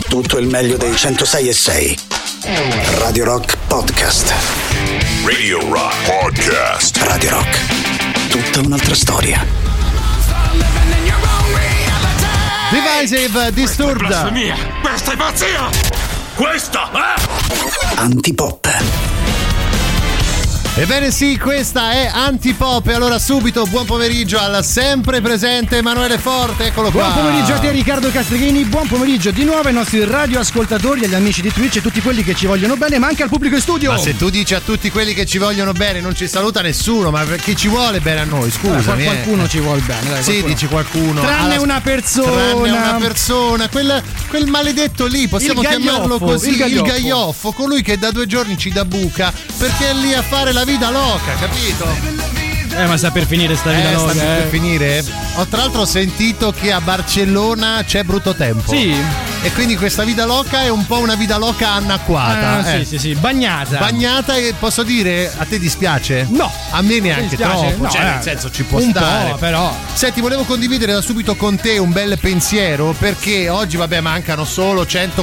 Tutto il meglio dei 106.6. Radio Rock Podcast. Radio Rock Podcast. Radio Rock. Tutta un'altra storia. Divisive Disturbed. Blasfemia! Questa è pazzia! Questa Antipop. Ebbene sì, questa è Antipop. E allora subito buon pomeriggio al sempre presente Emanuele Forte, eccolo qua. Buon pomeriggio a te Riccardo Castrichini, buon pomeriggio di nuovo ai nostri radioascoltatori, agli amici di Twitch e tutti quelli che ci vogliono bene, ma anche al pubblico in studio. Ma se tu dici a tutti quelli che ci vogliono bene non ci saluta nessuno, ma chi ci vuole bene a noi, scusami. Qualcuno ci vuole bene, dai, sì, dici qualcuno. Tranne una persona, quel maledetto lì, possiamo chiamarlo così, il gaglioffo, colui che da 2 giorni ci dà buca perché è lì a fare la vita loca, capito? Ma sta per finire sta vita loca. Sta per finire? Ho tra l'altro sentito che a Barcellona c'è brutto tempo. Sì. E quindi questa vita loca è un po' una vita loca annacquata. Sì, bagnata. Bagnata, e posso dire, a te dispiace? No. A me neanche troppo, no, cioè nel senso ci può un stare. po', però. Senti, volevo condividere da subito con te un bel pensiero, perché oggi mancano solo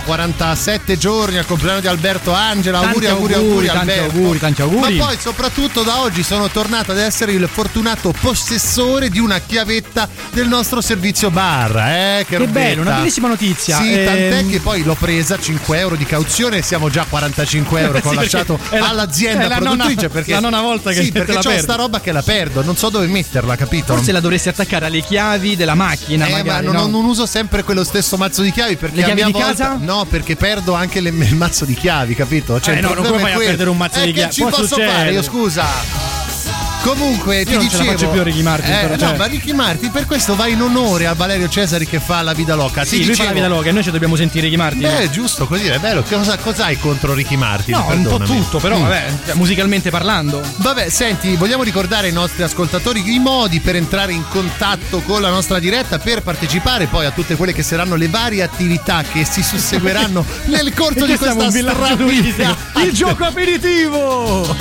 147 giorni al compleanno di Alberto Angela. Auguri Alberto. Tanti auguri. Ma poi soprattutto da oggi sono tornato ad essere il fortunato possessore di una chiavetta del nostro servizio bar. Che bello, una bellissima notizia. Sì, tant'è che poi l'ho presa, 5 euro di cauzione e siamo già a 45 euro che ho lasciato all'azienda produttrice, perché la nona volta che perché te la c'ho sta roba che la perdo, non so dove metterla, capito? Forse la dovresti attaccare alle chiavi della macchina, magari, ma non uso sempre quello stesso mazzo di chiavi, perché le chiavi a mia di volta, casa? No, perché perdo anche il mazzo di chiavi, capito? Cioè, non come fai a perdere un mazzo di chiavi? Che ci posso fare io, scusa? Comunque ti non dicevo, ce la faccio più a Ricky Martin, no, ma Ricky Martin per questo va in onore a Valerio Cesari che fa la vita loca. Sì, lui fa la vita loca e noi ci dobbiamo sentire Ricky Martin. Giusto, così è bello. Cosa hai contro Ricky Martin? No, Perdonami. un po' tutto, però musicalmente parlando. Vabbè, senti, vogliamo ricordare ai nostri ascoltatori i modi per entrare in contatto con la nostra diretta, per partecipare poi a tutte quelle che saranno le varie attività che si susseguiranno nel corso di questa strabilità. Il gioco aperitivo!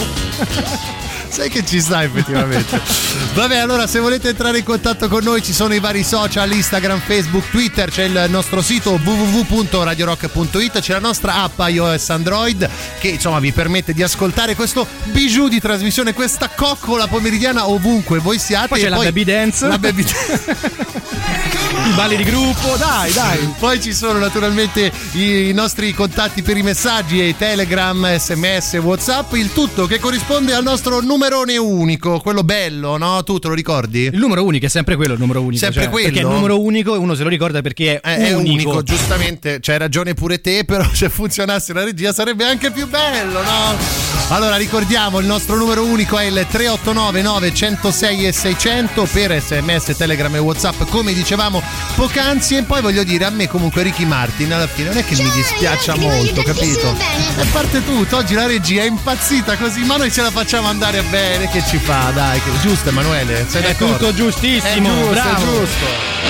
Sai che ci sta effettivamente. Vabbè, allora se volete entrare in contatto con noi ci sono i vari social, Instagram, Facebook, Twitter, c'è il nostro sito www.radiorock.it, c'è la nostra app iOS Android che insomma vi permette di ascoltare questo bijou di trasmissione, questa coccola pomeridiana ovunque voi siate. Poi c'è la baby dance. I balli di gruppo, dai. Poi ci sono naturalmente i nostri contatti per i messaggi, e Telegram, SMS, WhatsApp, il tutto che corrisponde al nostro numerone unico, quello bello, no? Tu te lo ricordi? Il numero unico è sempre quello, il numero unico. Sempre quello. Perché è il numero unico e uno se lo ricorda perché è unico. Giustamente, c'hai ragione pure te, però se funzionasse la regia sarebbe anche più bello, no? Allora ricordiamo, il nostro numero unico è il 389 906 e 600 per SMS, Telegram e WhatsApp, come dicevamo poc'anzi. E poi voglio dire, a me comunque Ricky Martin alla fine non è che mi dispiaccia molto, capito? E parte tutto, oggi la regia è impazzita così, ma noi ce la facciamo andare bene, che ci fa, dai, giusto Emanuele? Sei d'accordo? È tutto giustissimo, è giusto, bravo. È giusto.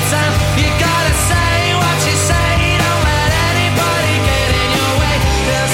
You gotta say what you say, don't let anybody get in your way. There's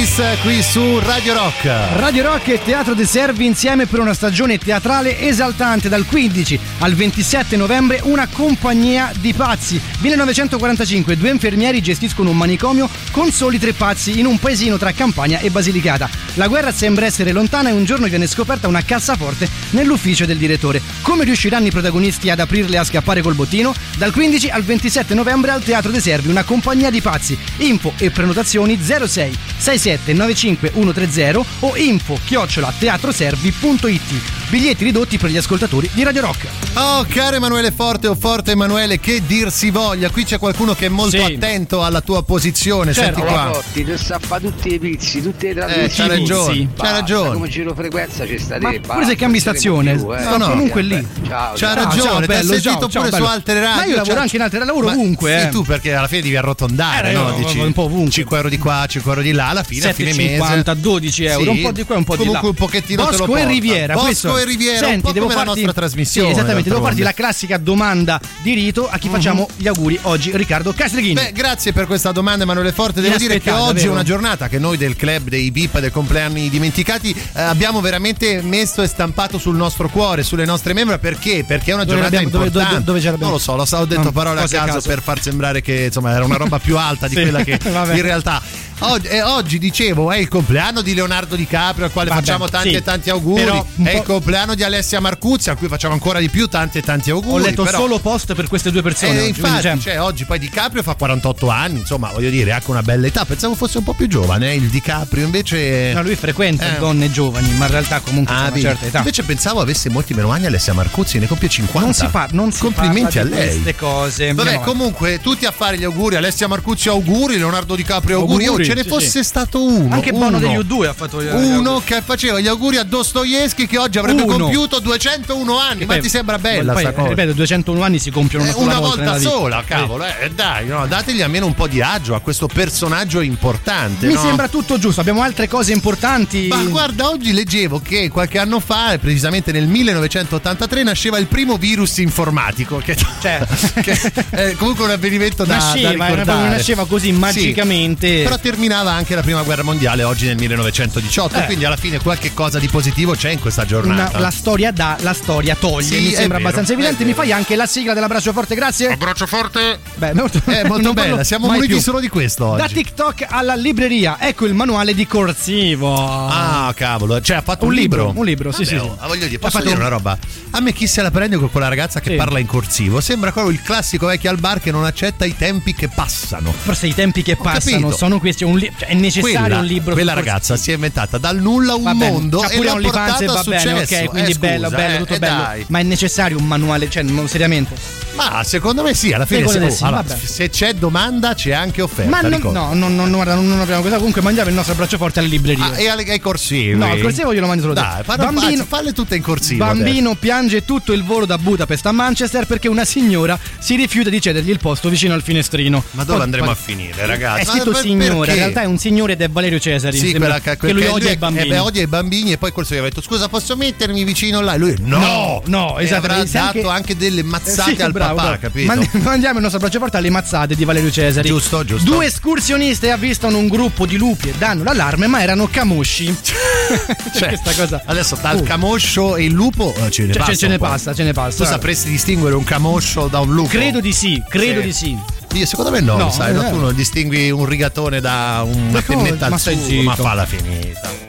Kiss qui su Radio Rock. Radio Rock e Teatro dei Servi insieme per una stagione teatrale esaltante. Dal 15 al 27 novembre una compagnia di pazzi. 1945, due infermieri gestiscono un manicomio con soli 3 pazzi in un paesino tra Campania e Basilicata. La guerra sembra essere lontana e un giorno viene scoperta una cassaforte nell'ufficio del direttore. Come riusciranno i protagonisti ad aprirle e a scappare col bottino? Dal 15 al 27 novembre al Teatro dei Servi una compagnia di pazzi. Info e prenotazioni 06 67 95 130 o info@teatroservi.it. Biglietti ridotti per gli ascoltatori di Radio Rock. Oh, caro Emanuele Forte o Forte Emanuele, che dir si voglia. Qui c'è qualcuno che è molto attento alla tua posizione. Certo. Senti qua. Forti, tu sa fa tutti i pizzi, tutte le trasmissioni. C'ha ragione. C'ha ragione. Come girofrequenza ci sta. Ma pure se cambi stazione, no. comunque lì. Ciao. C'ha ragione, ti ha sentito pure bello. su altre radio. Ma io lavoro anche in altre, lavoro ovunque. Sì, tu perché alla fine devi arrotondare, no? Dici un po' ovunque. 5 euro di qua, 5 euro di là, alla fine, a fine mese 7,50, 12 euro, sì, un po' di qua e un po' di là. comunque un pochettino te lo Bosco porta. e Riviera. Bosco e Riviera, Senti, un po' devo come la farti nostra trasmissione. Sì, esattamente, devo d'altronde. farti la classica domanda di rito a chi facciamo gli auguri oggi, Riccardo Castreghini. Beh, grazie per questa domanda Emanuele Forte. Devo dire che oggi è una giornata che noi del club dei VIP del compleanni dimenticati abbiamo veramente messo e stampato sul nostro cuore, sulle nostre membra. Perché? Perché è una giornata importante. Dove ce l'abbiamo? Non lo so, ho detto parole a caso per far sembrare che insomma era una roba più alta di quella che in realtà. Oggi dicevo è il compleanno di Leonardo DiCaprio al quale facciamo tanti e tanti auguri. È il compleanno di Alessia Marcuzzi a cui facciamo ancora di più tanti e tanti auguri. Ho letto solo post per queste due persone. Infatti, oggi poi DiCaprio fa 48 anni, insomma, voglio dire, ha anche una bella età. Pensavo fosse un po' più giovane, il DiCaprio invece. No, lui frequenta donne giovani, ma in realtà comunque ha una certa età. Invece pensavo avesse molti meno anni Alessia Marcuzzi, ne compie 50. Non si complimenti parla a lei. Queste cose. Vabbè, comunque, tutti a fare gli auguri. Alessia Marcuzzi auguri, Leonardo DiCaprio auguri. Ce ne fosse stato uno. Anche Bono degli U2 ha fatto uno che faceva gli auguri a Dostoevsky che oggi avrebbe compiuto 201 anni. Ma ti sembra bella sta cosa? Ripeto, 201 anni si compiono una volta sola, cavolo. Dai, no, dategli almeno un po' di agio a questo personaggio importante. Mi sembra tutto giusto. Abbiamo altre cose importanti. Ma guarda, oggi leggevo che qualche anno fa, precisamente nel 1983, nasceva il primo virus informatico. Che è comunque un avvenimento da ricordare. Nasceva così magicamente. Sì, però terminava anche la prima guerra mondiale oggi nel 1918. Quindi alla fine qualche cosa di positivo c'è in questa giornata. La storia dà, la storia toglie. Sì, mi sembra abbastanza evidente. Mi fai anche la sigla dell'abbraccio forte, grazie. Abbraccio forte. Beh, molto bella. Siamo muniti solo di questo oggi. Da TikTok alla libreria, ecco il manuale di corsivo. Ah, cavolo, cioè ha fatto un libro. Un libro, sì. Voglio dire, posso dire una roba? A me chi se la prende con quella ragazza che parla in corsivo? Sembra proprio il classico vecchio al bar che non accetta i tempi che passano. Forse i tempi che passano sono questi. È necessario un libro. Quella ragazza si è inventata dal nulla un mondo e l'ha portato a successo. Ok, quindi bello, tutto bello. Dai. Ma è necessario un manuale, cioè seriamente? Ma secondo me sì, alla fine se c'è domanda c'è anche offerta. Ma non abbiamo cosa. Comunque mandiamo il nostro abbraccio forte alle librerie. E ai corsivi. No, il corsivo glielo mandi solo te. Dai, falle tutte in corsivo. Bambino piange tutto il volo da Budapest a Manchester perché una signora si rifiuta di cedergli il posto vicino al finestrino. Ma dove andremo a finire, ragazzi? È scritto signora, in realtà è un signore ed è Valerio Cesari. Sì, che lui odia i bambini. Odia i bambini e poi col suo gli ha detto scusa posso mettermi vicino là? E lui no, esatto. Avrà dato anche delle mazzate al papà, capito? Mandiamo il nostro abbraccio forte alle mazzate di Valerio Cesari. Giusto. 2 escursioniste avvistano un gruppo di lupi e danno l'allarme, ma erano camosci. Questa cosa. Adesso dal camoscio e il lupo ce ne passa. Tu sapresti distinguere un camoscio da un lupo? Credo di sì. Io secondo me no, sai, tu non distingui un rigatone da una pennetta al sugo, ma falla finita.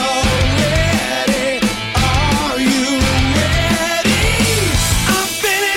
I've been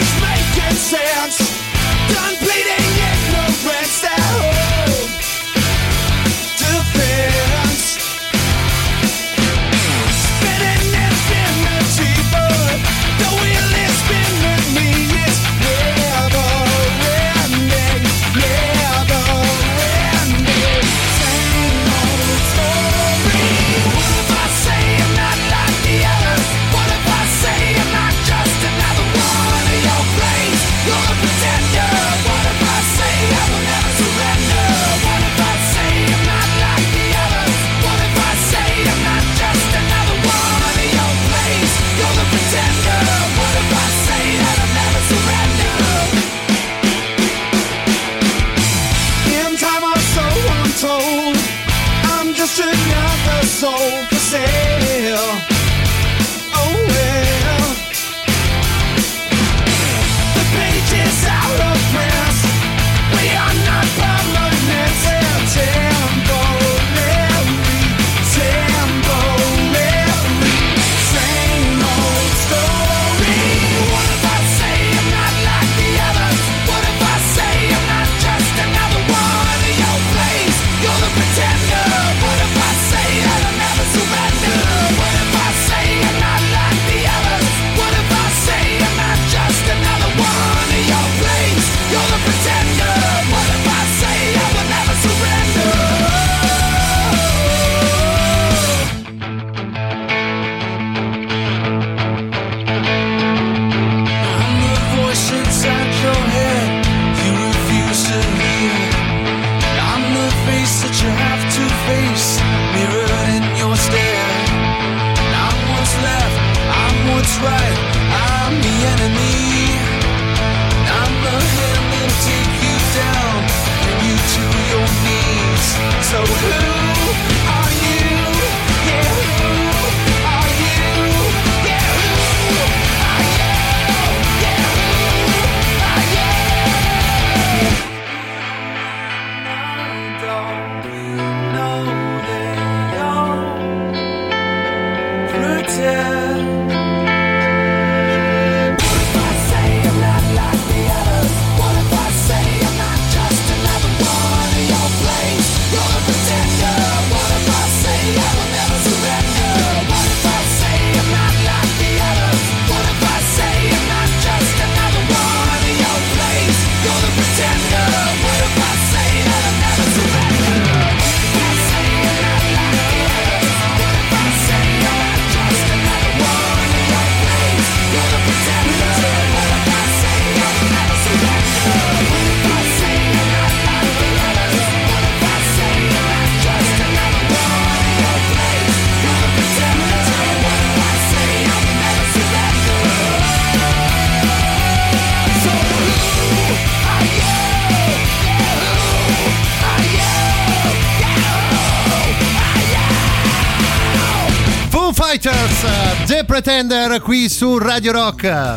Fighters, The Pretender qui su Radio Rock.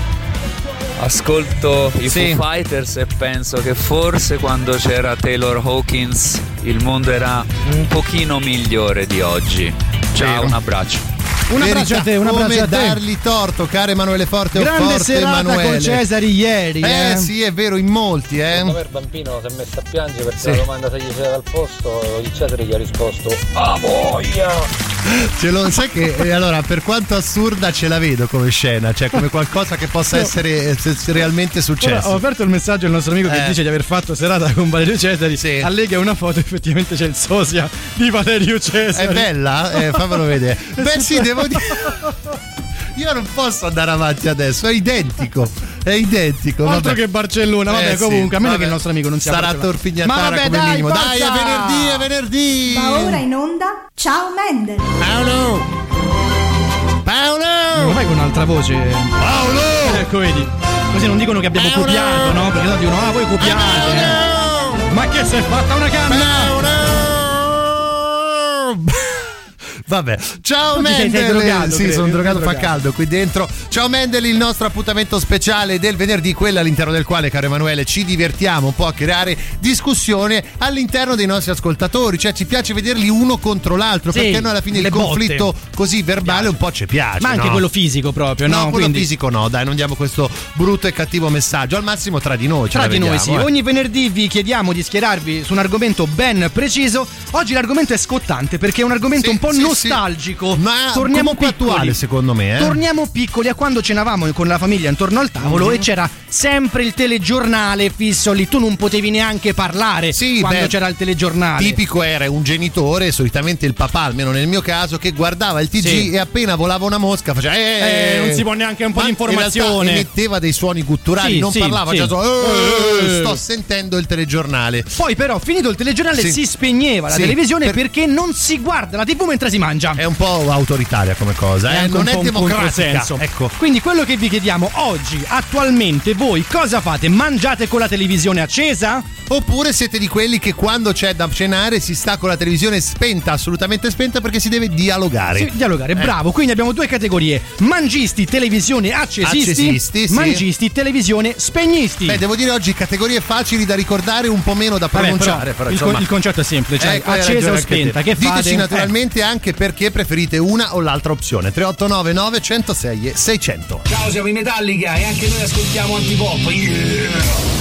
Ascolto i Foo Fighters e penso che forse quando c'era Taylor Hawkins il mondo era un pochino migliore di oggi. Ciao, un abbraccio. Un abbraccio a te, un abbraccio a te. Dargli torto, caro Emanuele Forte. Grande Forte serata Emanuele. con Cesari ieri. Sì, è vero, in molti. Il bambino si è messo a piangere perché la domanda se gli c'era al posto, il Cesari gli ha risposto a voglia. Sai che allora, per quanto assurda, ce la vedo come scena, cioè come qualcosa che possa essere realmente successo. Ho aperto il messaggio del nostro amico che dice di aver fatto serata con Valerio Cesari. Allega una foto, effettivamente c'è il sosia di Valerio Cesari. È bella? Fammelo vedere. Beh, sì, devo dire. Io non posso andare avanti adesso, è identico. Altro vabbè. Che Barcellona, vabbè, comunque, a meno che il nostro amico non sia sarà torpignatara come minimo. Forza! Dai, è venerdì. Ma ora in onda, ciao Mendel. Paolo! Non vai con un'altra voce. Paolo! Ecco, vedi. Così non dicono che abbiamo copiato, no? Perché no dicono, voi copiate. Ma che si è fatta una canna? Vabbè, ciao Mendel. Sei drogato, sì, sono drogato, fa caldo qui dentro. Ciao Mendel, il nostro appuntamento speciale del venerdì, quello all'interno del quale, caro Emanuele, ci divertiamo un po' a creare discussione all'interno dei nostri ascoltatori, cioè ci piace vederli uno contro l'altro, perché noi alla fine il conflitto così verbale un po' ci piace. Ma anche quello fisico proprio, no? Quello quindi... fisico no, dai, non diamo questo brutto e cattivo messaggio, al massimo tra di noi. Tra di noi, sì. Ogni venerdì vi chiediamo di schierarvi su un argomento ben preciso. Oggi l'argomento è scottante perché è un argomento un po' nostalgico, ma torniamo comunque attuale secondo me. Torniamo piccoli a quando cenavamo con la famiglia intorno al tavolo e c'era sempre il telegiornale fisso lì, tu non potevi neanche parlare quando c'era il telegiornale. Tipico era un genitore, solitamente il papà, almeno nel mio caso, che guardava il TG e appena volava una mosca faceva non si può neanche un po' di informazione, emetteva dei suoni gutturali, non parlava, già sto sentendo il telegiornale. Poi però finito il telegiornale si spegneva la televisione perché non si guarda la TV mentre si mangia. È un po' autoritaria come cosa, non è democratica. Ecco. Quindi quello che vi chiediamo oggi, attualmente, voi cosa fate? Mangiate con la televisione accesa? Oppure siete di quelli che quando c'è da cenare si sta con la televisione spenta, assolutamente spenta, perché si deve dialogare. Sì, dialogare, bravo. Quindi abbiamo due categorie: mangisti, televisione accesisti, mangisti, televisione spegnisti. Beh, devo dire oggi categorie facili da ricordare, un po' meno da pronunciare. Però il concetto è semplice, accesa o spenta. Che fate? Diteci naturalmente anche perché preferite una o l'altra opzione. 3899 106 e 600. Ciao, siamo i Metallica e anche noi ascoltiamo Antipop. Yeah!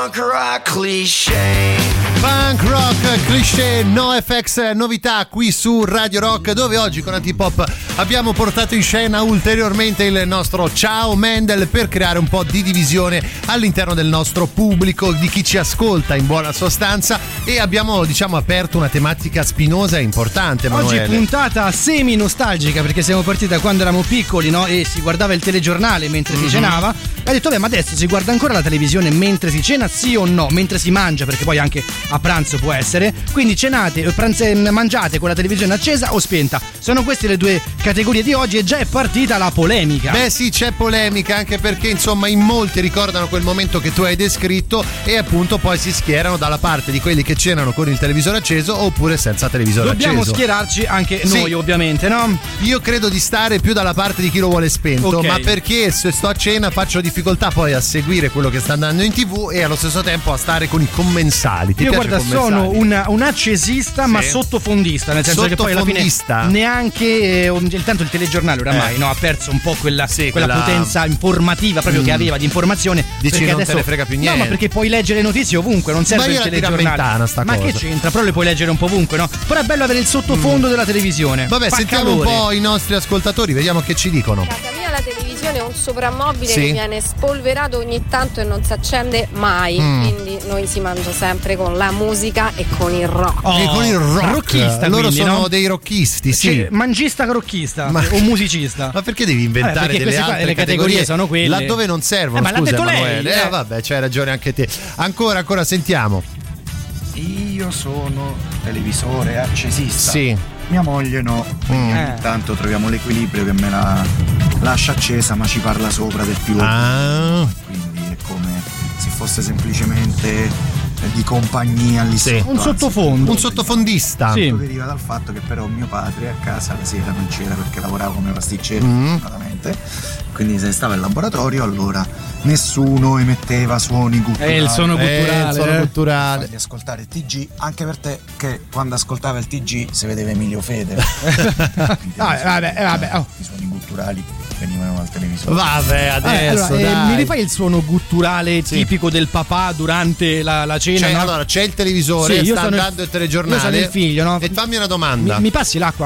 punk rock cliché. Punk rock cliché, NoFX, novità qui su Radio Rock, dove oggi con Antipop abbiamo portato in scena ulteriormente il nostro Ciao Mendel per creare un po' di divisione all'interno del nostro pubblico, di chi ci ascolta in buona sostanza, e abbiamo aperto una tematica spinosa e importante, Emanuele. Oggi puntata semi nostalgica, perché siamo partiti da quando eravamo piccoli, no? E si guardava il telegiornale mentre si cenava. E ha detto, ma adesso si guarda ancora la televisione mentre si cena, sì o no? Mentre si mangia, perché poi anche a pranzo può essere. Quindi cenate, mangiate con la televisione accesa o spenta. Sono queste le due categorie di oggi e già è partita la polemica. Beh sì, c'è polemica, anche perché insomma in molti ricordano quel momento che tu hai descritto e appunto poi si schierano dalla parte di quelli che cenano con il televisore acceso oppure senza televisore Dobbiamo acceso. schierarci anche noi, ovviamente, no? Io credo di stare più dalla parte di chi lo vuole spento, ma perché se sto a cena faccio difficoltà poi a seguire quello che sta andando in TV e allo stesso tempo a stare con i commensali. Ti Io piace guarda, sono un accesista, ma sottofondista, nel senso che poi alla fine neanche tanto il telegiornale oramai ha perso un po' quella potenza informativa proprio che aveva di informazione. Dici perché non adesso te ne frega più niente. No, ma perché puoi leggere notizie ovunque, non serve il telegiornale. Ma che c'entra? Però le puoi leggere un po' ovunque, no? Però è bello avere il sottofondo della televisione. Vabbè, sentiamo un po' i nostri ascoltatori, vediamo che ci dicono. Casa mia la televisione è un soprammobile che viene spolverato ogni tanto e non si accende mai, quindi noi si mangia sempre con la musica e con il rock. E con il rock. Rocchista, loro quindi, sono no? dei rocchisti, sì. Cioè, mangista rocchista o musicista. Ma perché devi inventare delle altre categorie sono quelle laddove non servono? Ma l'ha detto Emanuele. lei. Vabbè, c'hai ragione anche te. Ancora sentiamo. Io sono televisore accesista. Sì. Mia moglie no. Quindi ogni tanto troviamo l'equilibrio che me la lascia accesa ma ci parla sopra del più. Quindi è come se fosse semplicemente di compagnia lì sotto. Un sottofondo. Un sottofondista. Sì. Deriva dal fatto che però mio padre a casa la sera non c'era perché lavorava come pasticcere fortunatamente. Quindi se stava in laboratorio allora nessuno emetteva suoni gutturali. Il suono gutturale. Di ascoltare TG, anche per te che quando ascoltava il TG si vedeva Emilio Fede. Vabbè. I suoni gutturali venivano dal televisore. Vabbè, adesso mi rifai il suono gutturale tipico del papà durante la cena? Cioè, no? allora c'è il televisore, sta andando il telegiornale. Io sono il figlio, no? E fammi una domanda. Mi passi l'acqua?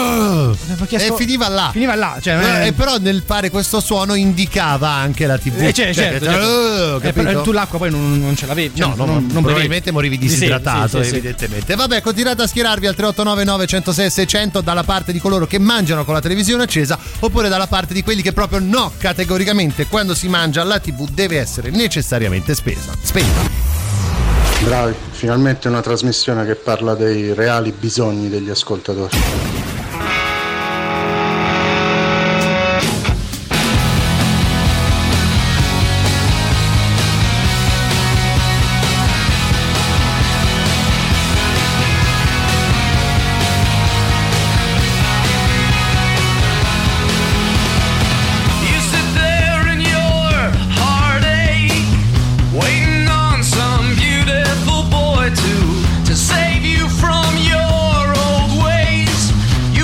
E finiva là. Cioè, e però nel fare questo suono indicava anche la TV. Certo. Capito? Tu l'acqua poi non ce l'avevi. No, probabilmente morivi disidratato, sì. evidentemente. Vabbè, continuate a schierarvi al 3899 106 600 dalla parte di coloro che mangiano con la televisione accesa oppure dalla parte di quelli che proprio no, categoricamente quando si mangia la TV deve essere necessariamente spenta. Bravi, finalmente una trasmissione che parla dei reali bisogni degli ascoltatori. To save you from your old ways.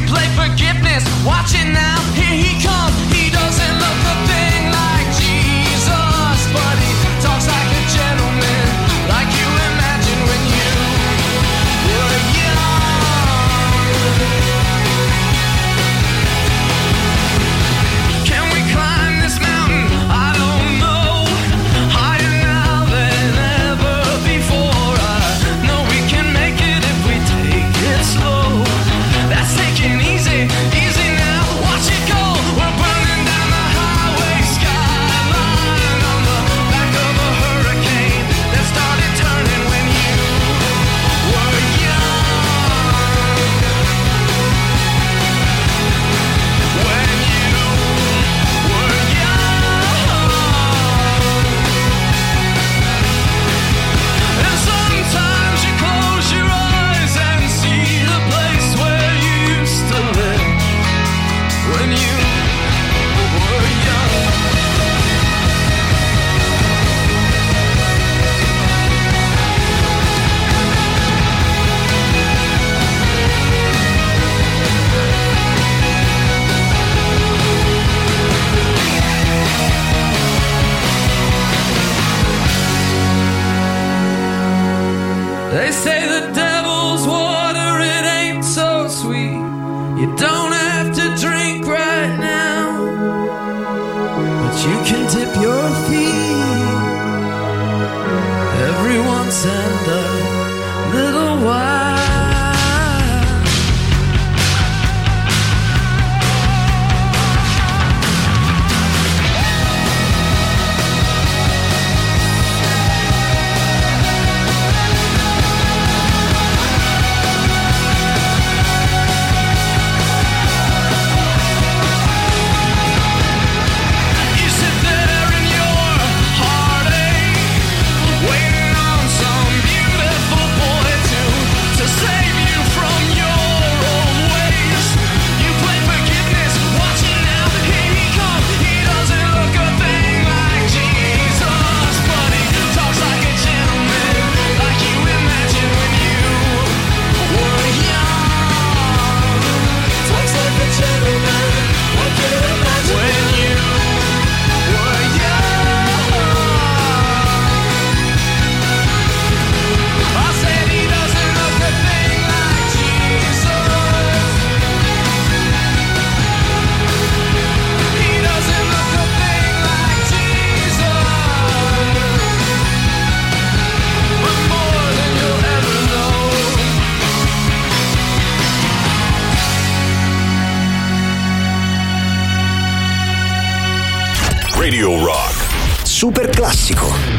Radio Rock. Super classico.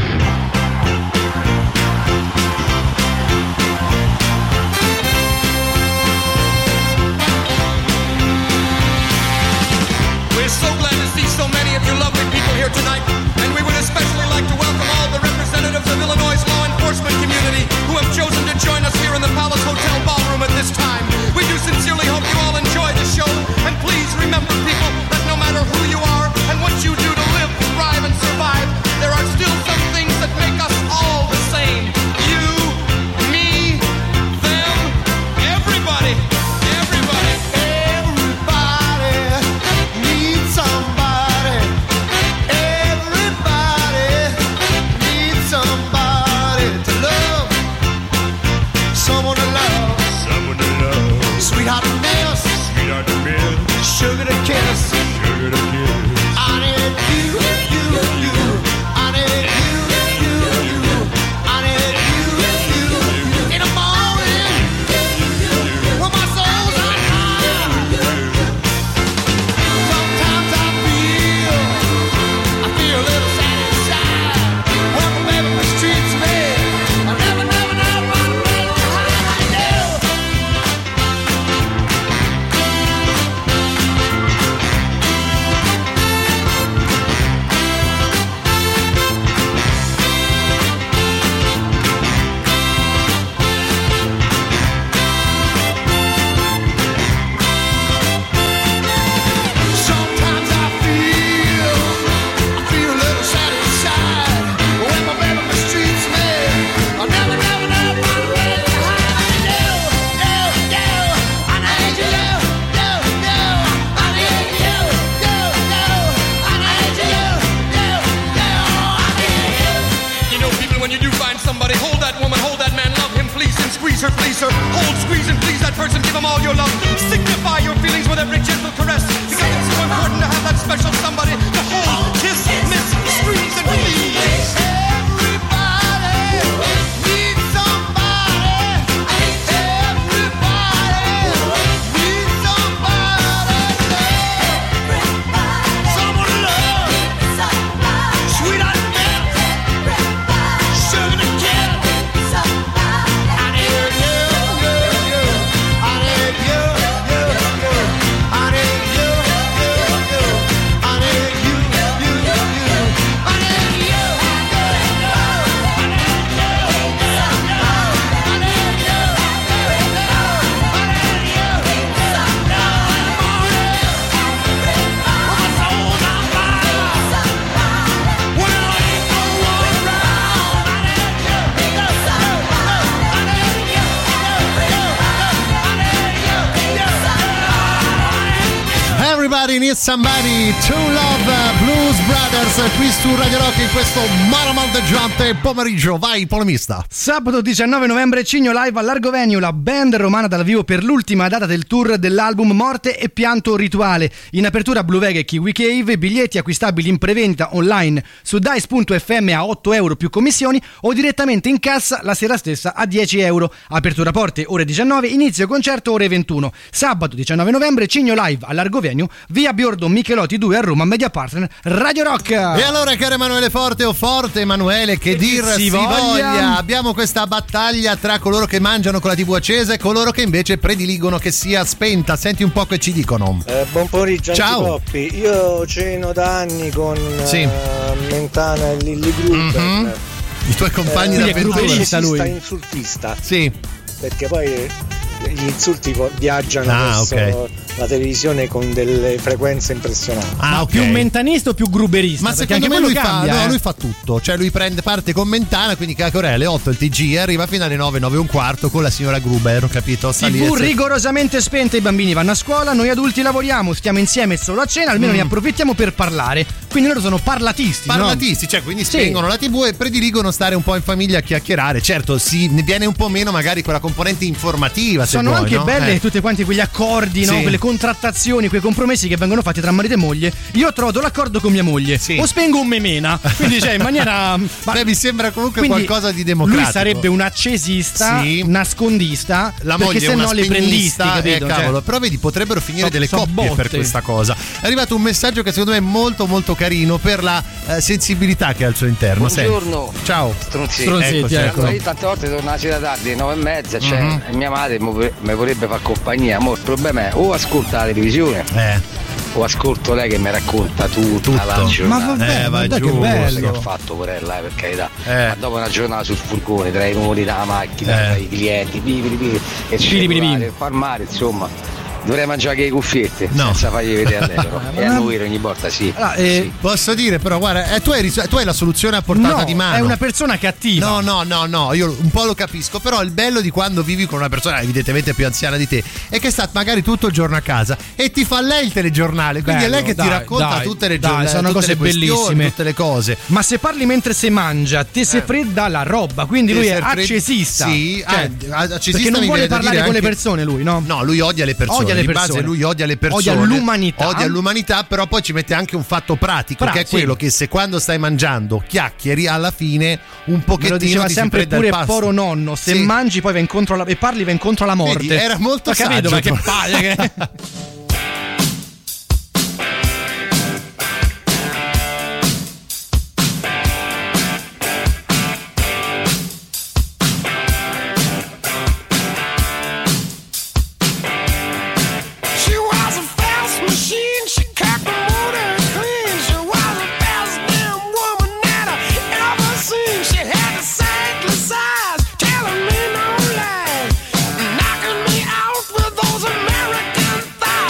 We're so glad to see so many of you lovely people here tonight, and we would especially like to welcome all the representatives of Illinois' law enforcement community who have chosen to join us here in the Palace Hotel Ballroom at this time. We do sincerely hope you all enjoy the show, and please remember, people, that no matter who you are and what you do to live, thrive, and survive, there are still some things that make us all the same. You, me, them, everybody. Sweetheart to miss, sugar to kiss, I need you, I need you, I need you, in the morning, when my soul's on fire. Sometimes I feel a little sad inside, when my baby mistreats me, I never run away to hide. Sometimes I feel a little sad inside when my baby mistreats me. I'll never run away to hide. I need you, I need you, I need you. You know, people, when you do find somebody, hold that woman, hold that man, love him, please him, squeeze her, please her. Hold, squeeze, and please that person, give him all your love. Signify your feelings with every gentle caress, because it's so important to have that special somebody to hold, kiss, miss, squeeze, and please. Everybody needs somebody. Everybody needs somebody. Someone to love. Sweetheart to miss. Sugar to kiss. I need you, I need you, I need you, I need you, I need you. Everybody Needs Somebody, True Love, Blues Brothers, qui su Radio Rock in questo maramaldeggiante pomeriggio. Vai, polemista. Sabato 19 novembre Cigno Live a Largo Venue, la band romana dal vivo per l'ultima data del tour dell'album Morte e Pianto Rituale. In apertura Blue Vega e Kiwi Cave, biglietti acquistabili in prevendita online su dice.fm a €8 più commissioni o direttamente in cassa la sera stessa a €10. Apertura porte ore 19, inizio concerto ore 21. Sabato 19 novembre Cigno Live a Largo Venue, via Biordo Michelotti 2 a Roma, media partner Radio Rock. E allora, caro Emanuele Forte o Forte Emanuele, che dir si voglia, abbiamo questa battaglia tra coloro che mangiano con la TV accesa e coloro che invece prediligono che sia spenta. Senti un po' che ci dicono. Buon pomeriggio. Ciao. Io ceno da anni con Mentana e Lilli Gruber. I tuoi compagni da lui. Insultista. Sì. Perché poi gli insulti viaggiano verso la televisione con delle frequenze impressionanti. Più mentanista o più gruberista? Ma secondo me lui fa tutto. Cioè lui parte con Mentana, quindi calcola alle 8 il TG e arriva fino alle 9, 9 e un quarto con la signora Gruber, capito? TV rigorosamente spenta, i bambini vanno a scuola, noi adulti lavoriamo, stiamo insieme solo a cena, almeno ne approfittiamo per parlare. Quindi loro sono parlatisti, no? Cioè quindi spengono la TV e prediligono stare un po' in famiglia a chiacchierare. Certo, ne viene un po' meno magari quella componente informativa. Sono anche belle tutte quanti quegli accordi, no? Quelle contrattazioni, quei compromessi che vengono fatti tra marito e moglie, io ho trovato l'accordo con mia moglie. Sì. O spengo un memena. Quindi in maniera. Beh, mi sembra comunque qualcosa di democratico. Lui sarebbe un accesista, nascondista, la moglie perché se no le prendisti, capito? Cavolo, però vedi, potrebbero finire delle coppie per questa cosa. È arrivato un messaggio che secondo me è molto molto carino per la sensibilità che ha al suo interno. Buongiorno. Ciao. Stronzetti. Ecco. Io tante volte torno la sera tardi, 9:30, e mia madre mi vorrebbe far compagnia. Il problema è o ascolta la televisione o ascolto lei che mi racconta tutta la giornata. Ma vabbè, che bello che ha fatto porella, per carità. Ma dopo una giornata sul furgone, tra i rumori della macchina, tra i clienti, e far male, insomma. Dovrei mangiare che le cuffiette senza fargli vedere a lei, però. E a noi ogni volta sì. Posso dire, però, guarda, tu hai la soluzione a portata di mano. È una persona cattiva. No, io un po' lo capisco, però il bello di quando vivi con una persona evidentemente più anziana di te è che sta magari tutto il giorno a casa e ti fa lei il telegiornale, quindi è lei che ti racconta tutte le giornate, sono cose bellissime, tutte le cose. Ma se parli mentre si mangia, ti si fredda la roba, quindi lui è accesista. Sì, accesista, perché non vuole parlare con le persone, lui, no? No, lui odia le persone. Di base lui odia le persone, odia l'umanità, però poi ci mette anche un fatto pratico, che è quello che se quando stai mangiando chiacchieri, alla fine un pochettino me lo diceva ti sempre si fredda il pure pasto. Poro nonno, se mangi poi va incontro e parli va incontro alla morte. Vedi, era molto saggio. Capito? Ma che palle che Knocking me out with those American thighs.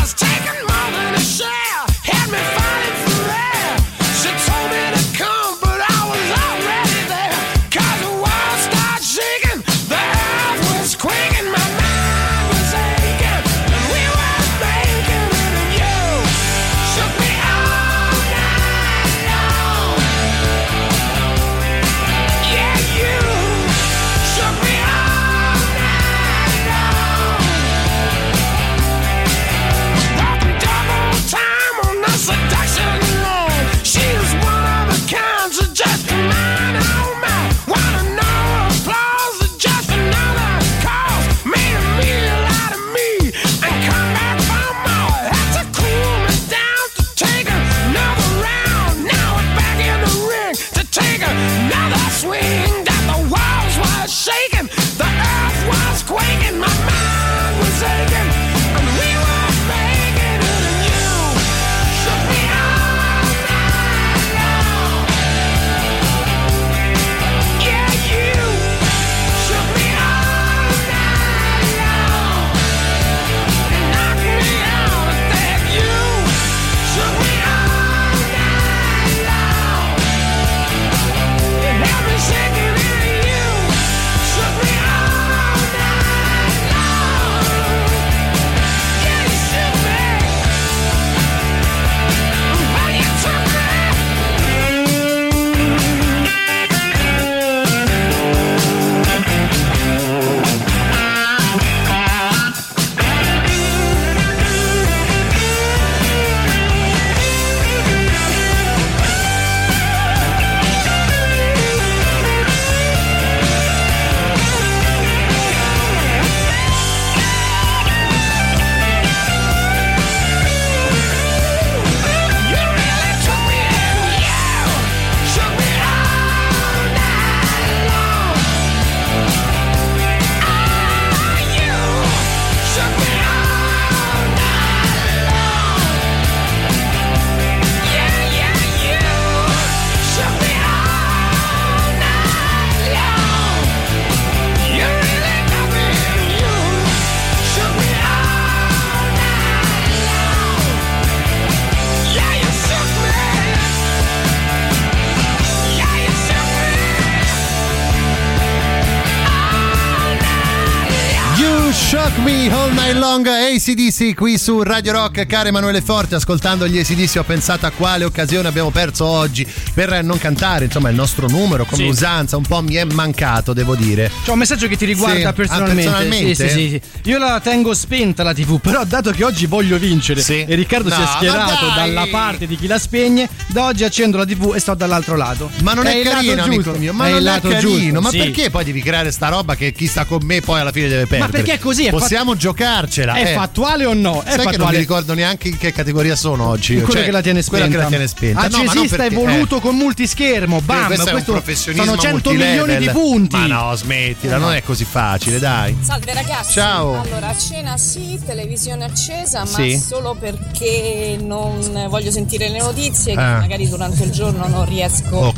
Rock Me All Night Long, AC/DC qui su Radio Rock. Caro Emanuele Forte, ascoltando gli AC/DC ho pensato a quale occasione abbiamo perso oggi per non cantare, insomma, il nostro numero come usanza, un po' mi è mancato, devo dire. C'è un messaggio che ti riguarda personalmente. Personalmente? Sì. Io la tengo spenta la TV, però dato che oggi voglio vincere e Riccardo si è schierato dalla parte di chi la spegne, da oggi accendo la TV e sto dall'altro lato. Ma non è carino, amico mio, ma non è carino, giusto. ma perché poi devi creare sta roba che chi sta con me poi alla fine deve perdere? Ma perché è così? Possiamo giocarcela. È fattuale o no? Sai che non mi ricordo neanche in che categoria sono oggi. Quella che la tiene spenta. Quella che la tiene spenta. Accesista evoluto con multischermo. Bam, questo è un professionismo sono 100 multilevel. milioni di punti. Ma no, smettila, non è così facile, dai. Salve ragazzi. Ciao. Allora, a cena sì, televisione accesa, ma solo perché non voglio sentire le notizie che magari durante il giorno non riesco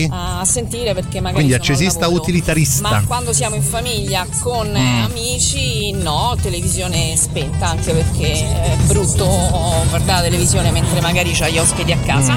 a sentire, perché magari quindi sono accesista utilitarista. Ma quando siamo in famiglia con amici, no, televisione spenta, anche perché è brutto guardare la televisione mentre magari c'hai gli ospiti a casa.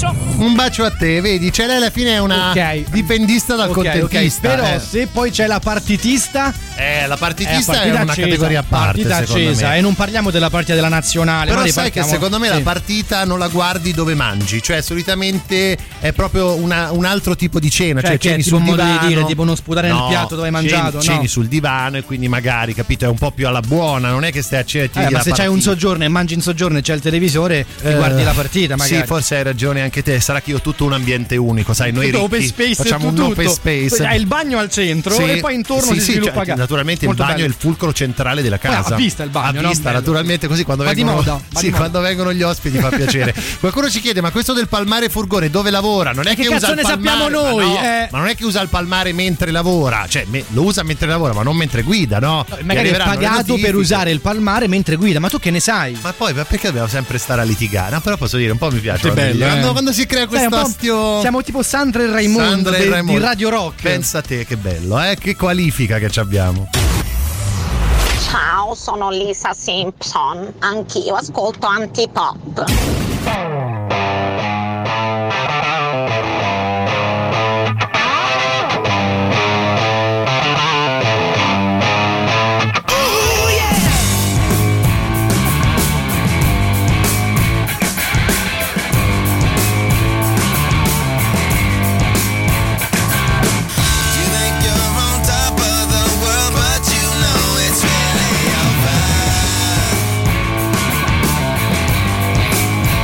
Un bacio a te, vedi, cioè lei alla fine è una dipendista dal contentista. Però se poi c'è la partitista, la partitista è una categoria a parte, partita accesa, e non parliamo della partita della nazionale. Però sai che secondo me la partita non la guardi dove mangi, cioè solitamente è proprio un altro tipo di cena, cioè ceni sul divano, modo di dire, tipo non sputare nel piatto dove hai mangiato, ceni sul divano e quindi magari, capito, è un po' più alla buona, non è che stai a cena e ma se c'hai un soggiorno e mangi in soggiorno e c'è il televisore, ti guardi la partita magari. Sì, forse hai ragione anche te, sarà che io ho tutto un ambiente unico, sai, noi tutto ricchi open space, facciamo un open space. Hai il bagno al centro e poi intorno si sviluppa naturalmente il bagno è il fulcro centrale della casa. A vista il bagno, a vista, naturalmente, così quando quando vengono gli ospiti fa piacere. Qualcuno ci chiede: ma questo del palmare furgone dove lavora? Non è che usa il palmare, sappiamo noi, ma non è che usa il palmare mentre lavora, cioè lo usa mentre lavora, ma non mentre guida, no? Magari è pagato per usare il palmare mentre guida, ma tu che ne sai? Ma poi perché dobbiamo sempre stare a litigare? No, però posso dire, un po' mi piace. Che bello, quando si crea questo astio. Siamo tipo Sandra e Raimondo di Radio Rock. Pensa te che bello, che qualifica che ci abbiamo. Ciao, sono Lisa Simpson, anch'io ascolto Antipop. Bye.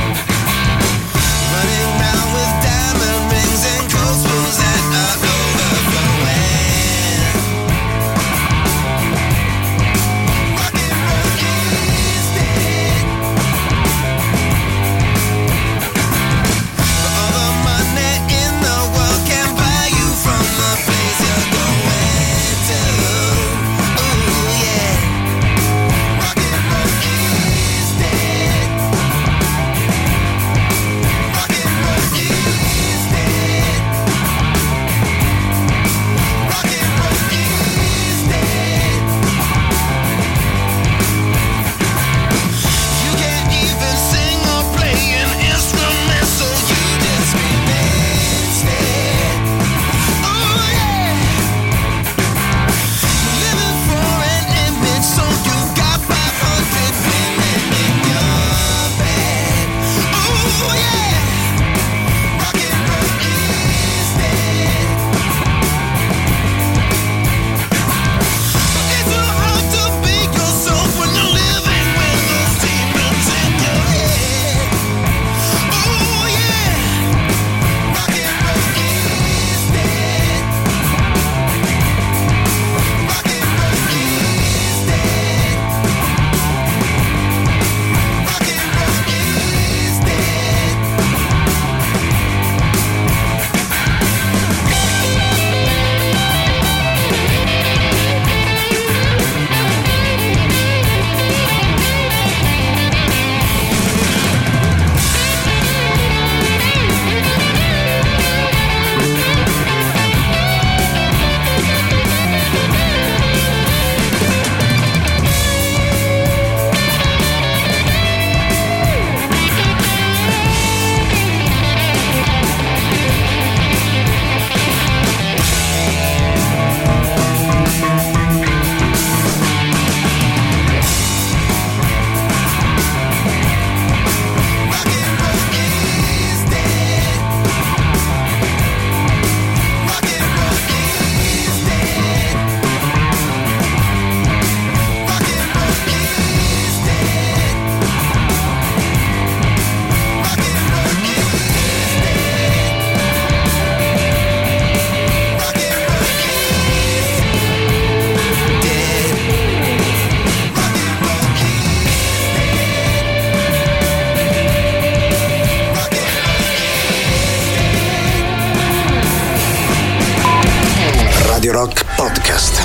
Radio Rock Podcast.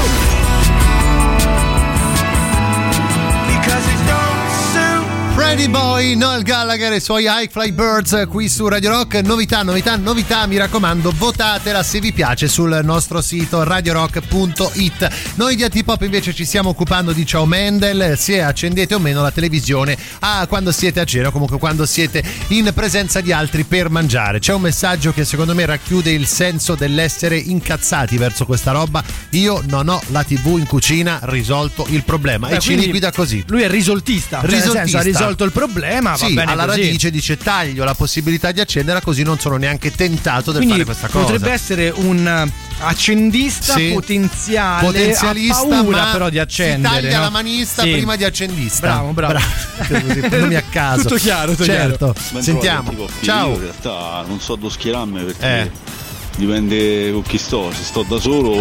Freddy Boy, Noel Gallagher e i suoi High Fly Birds qui su Radio Rock. Novità, mi raccomando, votatela se vi piace sul nostro sito radiorock.it. Noi di Antipop invece ci stiamo occupando di Ciao Mendel, se accendete o meno la televisione quando siete a cena o comunque quando siete in presenza di altri per mangiare. C'è un messaggio che secondo me racchiude il senso dell'essere incazzati verso questa roba. Io non ho la TV in cucina, risolto il problema. E ci liquida così. Lui è risoltista. Nel senso, ha risolto il problema, sì, va bene alla così. Radice dice taglio la possibilità di accenderla, così non sono neanche tentato del fare questa cosa. Potrebbe essere un accendista potenzialista, ha paura però di accendere. Si taglia la manista prima di accendista. Bravo. Non a caso. Tutto chiaro, certo. Ben Sentiamo. Ciao. Io in realtà non so dove schierarmi perché dipende con chi sto. Se sto da solo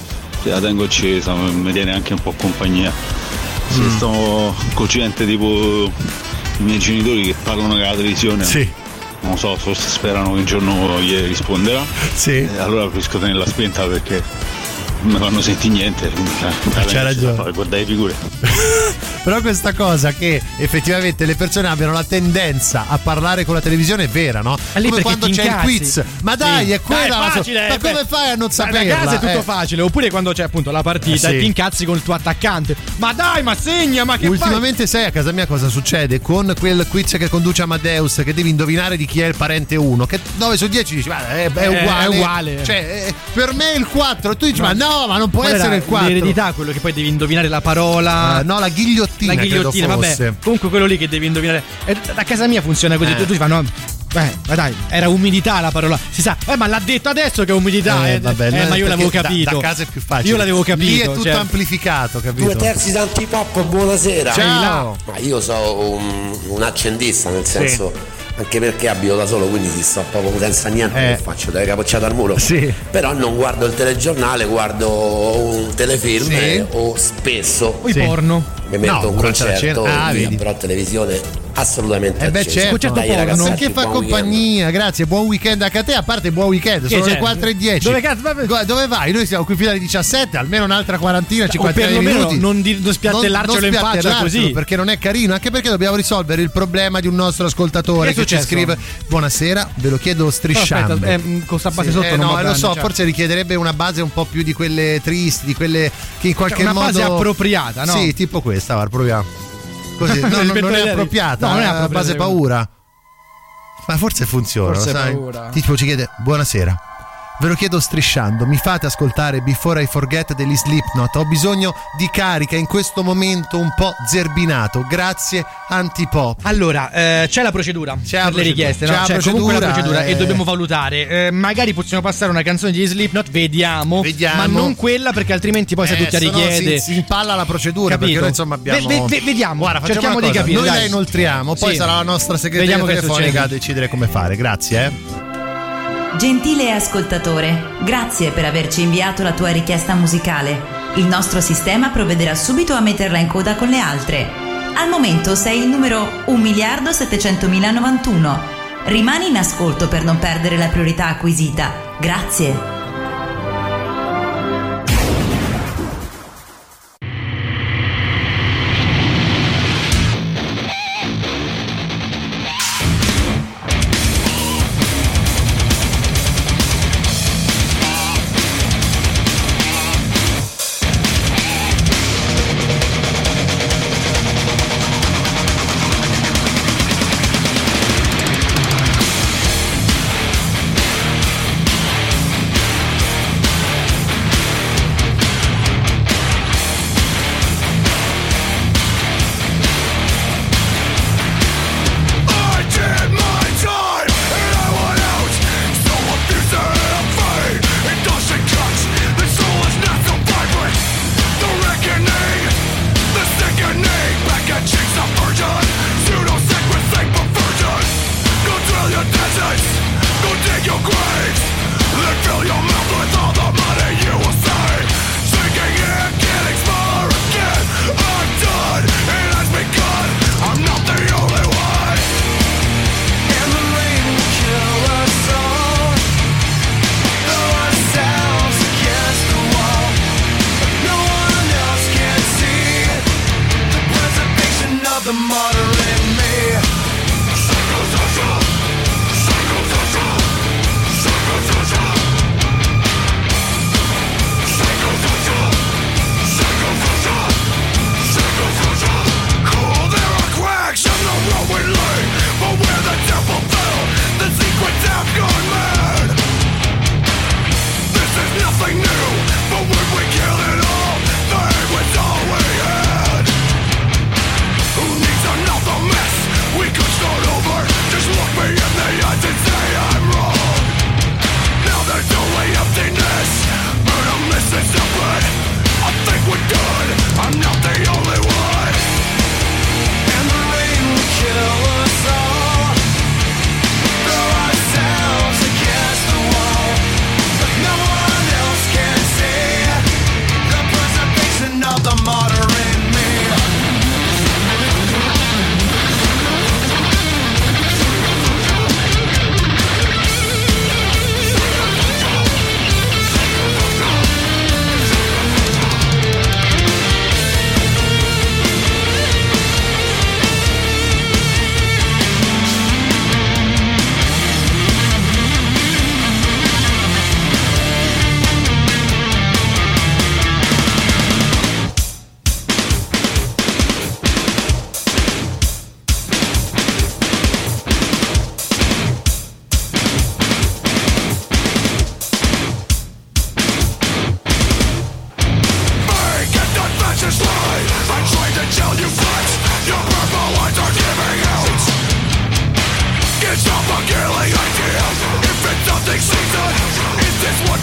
la tengo accesa, mi tiene anche un po' compagnia. Se sto con gente tipo i miei genitori che parlano con la televisione, non so, forse sperano che un giorno gli risponderà. Allora preferisco tenerla spenta perché non mi fanno sentire niente. C'è ragione. Guardare le figure. Però questa cosa che effettivamente le persone abbiano la tendenza a parlare con la televisione è vera, no? Come quando c'è il quiz. Ma dai, è quella. È facile, ma come fai a non saperla? A casa è tutto facile. Oppure quando c'è appunto la partita e ti incazzi con il tuo attaccante. Ma dai, ma segna, ma che ultimamente sai a casa mia cosa succede? Con quel quiz che conduce Amadeus, che devi indovinare di chi è il parente 1, che 9 su 10 dici ma è uguale. È uguale. Cioè, per me è il 4. Tu dici ma no, ma non può essere il 4. L'eredità, quello che poi devi indovinare la parola. No, la ghigliottina. La ghigliottina, vabbè. Comunque quello lì che devi indovinare. A casa mia funziona così. Tu ti fanno. Ma dai, era umidità la parola. Si sa, ma l'ha detto adesso che è umidità. Vabbè, ma io l'avevo capito. Da casa è più facile. Io l'avevo capito. Lì è tutto amplificato, capito? 2/3 d'Antipop, buonasera. Ciao. Ma io so un accendista, nel senso. Anche perché abito da solo, quindi si sto proprio senza niente che faccio, delle capocciate al muro. Però non guardo il telegiornale, guardo un telefilm o spesso o porno. Mi metto un concerto, però televisione assolutamente accesa. Dai, ragazzi, perché fa compagnia, weekend. Grazie, buon weekend anche a te, a parte buon weekend, sono le 4:10. Dove vai? Noi siamo qui fino alle 17, almeno un'altra quarantina, 50 minuti. Non spiattellarcelo in faccia così, perché non è carino, anche perché dobbiamo risolvere il problema di un nostro ascoltatore che ci scrive: buonasera, ve lo chiedo strisciando. No, aspetta, con sta base sotto non lo so, forse richiederebbe una base un po' più di quelle tristi, di quelle che in qualche modo una base appropriata, no? Sì, tipo questa, guarda, proviamo. Così, non è appropriata, non è una base paura. Ma forse funziona, forse sai? Paura. Tipo ci chiede: buonasera, ve lo chiedo strisciando, mi fate ascoltare Before I Forget degli Slipknot? Ho bisogno di carica in questo momento un po' zerbinato. Grazie, Antipop. Allora, c'è la procedura per le richieste, no? C'è comunque la procedura e dobbiamo valutare. Magari possiamo passare una canzone di Slipknot, vediamo, ma non quella, perché altrimenti poi se tu ti richiede si impalla la procedura. Capito? Perché noi insomma abbiamo vediamo. Guarda, cerchiamo di capire. Noi la inoltriamo, poi sarà la nostra segreteria telefonica a decidere come fare. Grazie. Gentile ascoltatore, grazie per averci inviato la tua richiesta musicale. Il nostro sistema provvederà subito a metterla in coda con le altre. Al momento sei il numero 1.700.091. Rimani in ascolto per non perdere la priorità acquisita. Grazie.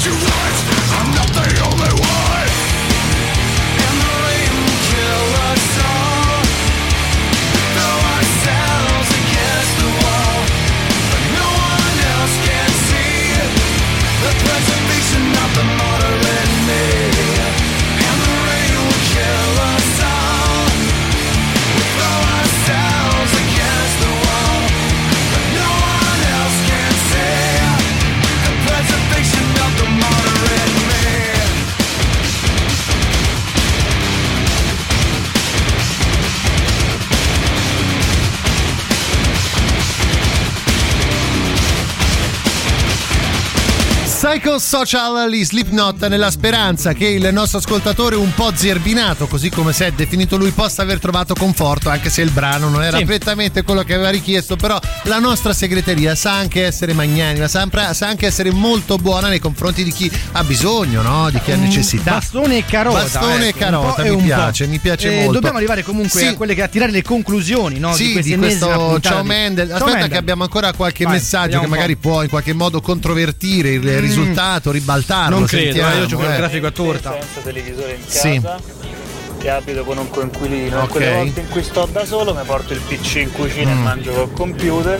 Psychosocial, gli Slipknot, nella speranza che il nostro ascoltatore un po' zerbinato, così come si è definito lui, possa aver trovato conforto, anche se il brano non era prettamente quello che aveva richiesto. Però la nostra segreteria sa anche essere magnanima, sa anche essere molto buona nei confronti di chi ha bisogno, no? Di chi ha necessità. Bastone e carota. Bastone e carota, mi piace molto. Dobbiamo arrivare comunque a quelle che a tirare le conclusioni, no? Sì, di questo Ciao Mendel. Aspetta che abbiamo ancora qualche messaggio che magari può in qualche modo controvertire il risultato, ribaltarlo. Non credo, io gioco il grafico a torta. Senza televisore in casa, che abito con un coinquilino. Quelle volte in cui sto da solo mi porto il PC in cucina e mangio col computer.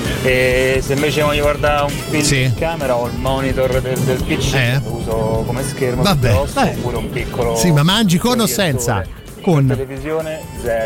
E se invece voglio guardare un film in camera ho il monitor del PC, lo uso come schermo grosso, oppure un piccolo. Sì, ma mangi con o senza? Con televisione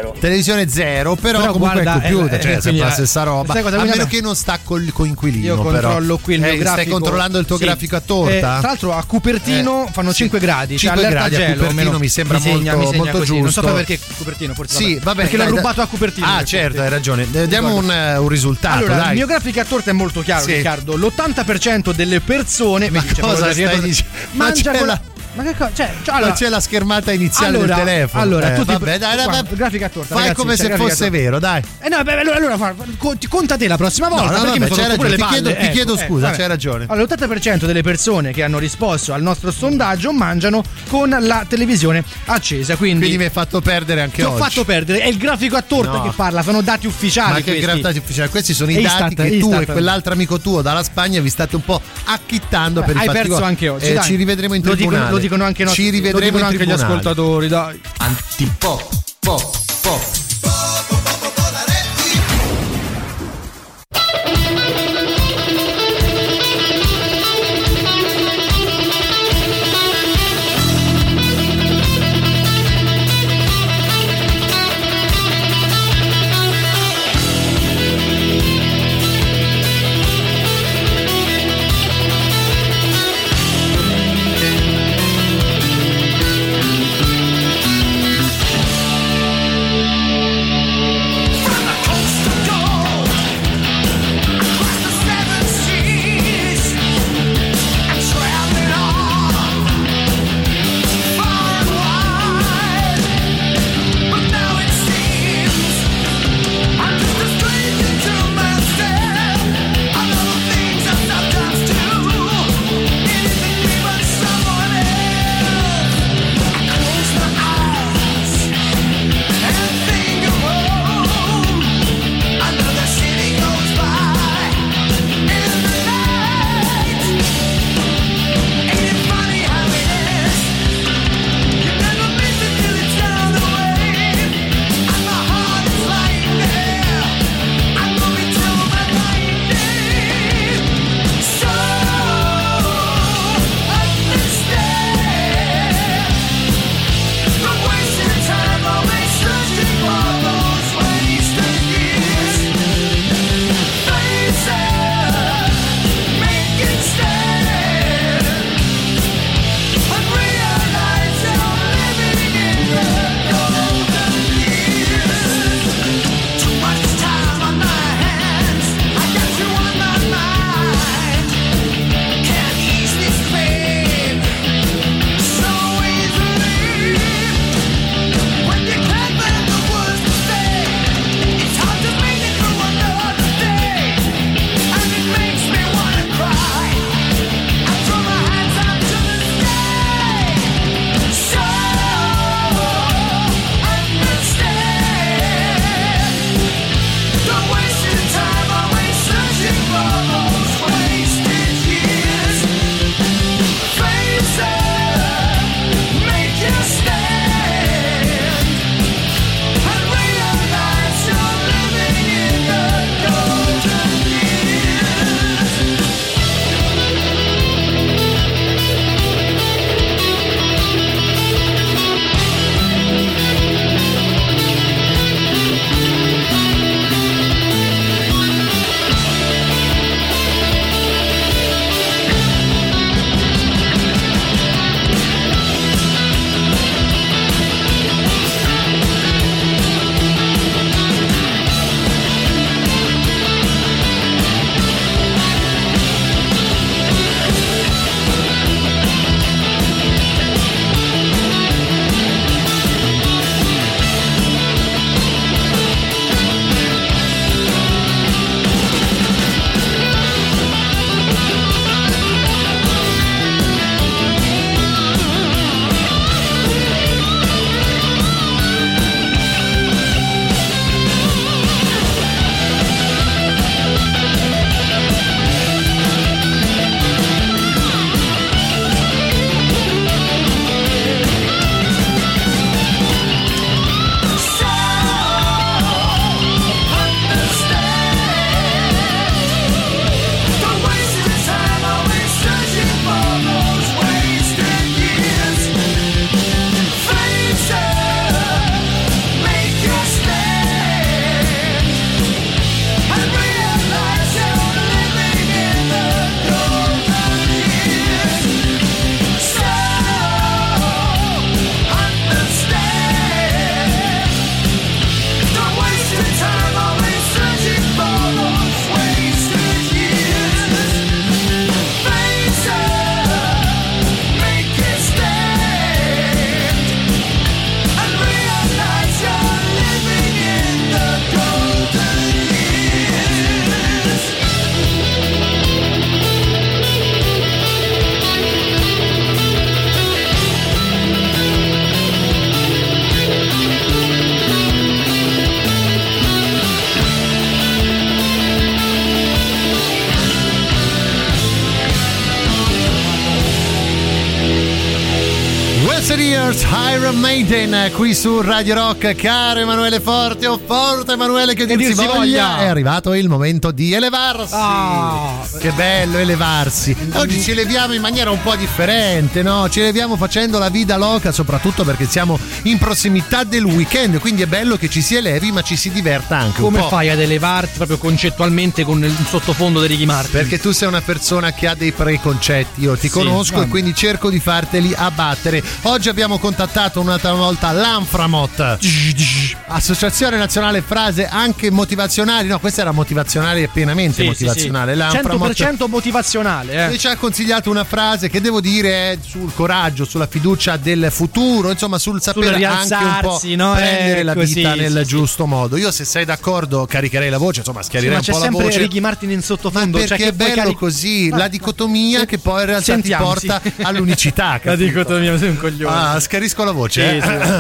zero, però comunque guarda, il computer, cioè sempre la stessa roba, a meno che non sta col coinquilino. Io controllo qui il mio grafico. Stai controllando il tuo grafico a torta? Tra l'altro a Cupertino fanno 5 gradi, 5 cioè gradi a Cupertino mi sembra molto così. giusto. Non so perché Cupertino, forse perché l'ha rubato a Cupertino. Ah, certo, hai ragione. Diamo un risultato. Allora, dai. Il mio grafico a torta è molto chiaro, Riccardo. L'80% delle persone, ma cosa stai dicendo? Mangia con la... Ma che cosa? Non c'è la schermata iniziale del telefono. Allora, tu vabbè, dai, grafica a torta. Fai come se fosse vero, dai. Allora conta te la prossima volta. Ti chiedo scusa, c'hai ragione. Allora, l'80% delle persone che hanno risposto al nostro sondaggio mangiano con la televisione accesa. Quindi mi hai fatto perdere anche oggi. Ti ho fatto perdere. È il grafico a torta che parla, sono dati ufficiali. Ma che dati ufficiali? Questi sono i dati che tu e quell'altro amico tuo dalla Spagna vi state un po' acchittando per i fatti. Hai perso anche oggi. Ci rivedremo in tribunale. Lo dicono anche ci rivedremo anche gli ascoltatori, dai. Antipop. Years, Iron Maiden, qui su Radio Rock. Caro Emanuele Forte, o Forte Emanuele che dir si voglia, è arrivato il momento di elevarsi. Che bello elevarsi. Oggi ci eleviamo in maniera un po' differente, no? Ci eleviamo facendo la vida loca, soprattutto perché siamo in prossimità del weekend, quindi è bello che ci si elevi ma ci si diverta anche un po'. Come fai ad elevarti proprio concettualmente con il sottofondo di Ricky Martin? Perché tu sei una persona che ha dei preconcetti, io ti conosco e quindi cerco di farteli abbattere. Oggi abbiamo contattato un'altra volta l'Anframot, Associazione Nazionale Frase anche motivazionali. No, questa era motivazionale e pienamente motivazionale. L'Anframot 100% motivazionale. E ci ha consigliato una frase che devo dire è sul coraggio, sulla fiducia del futuro, insomma sul sapere anche un po' prendere la vita nel giusto modo. Io, se sei d'accordo, caricherei la voce, insomma schiarirei un po' la voce. Ma c'è sempre Ricky Martin in sottofondo, perché cioè, è bello così, la dicotomia che poi in realtà ti porta all'unicità. La dicotomia, sei un coglione. Schiarisco la voce.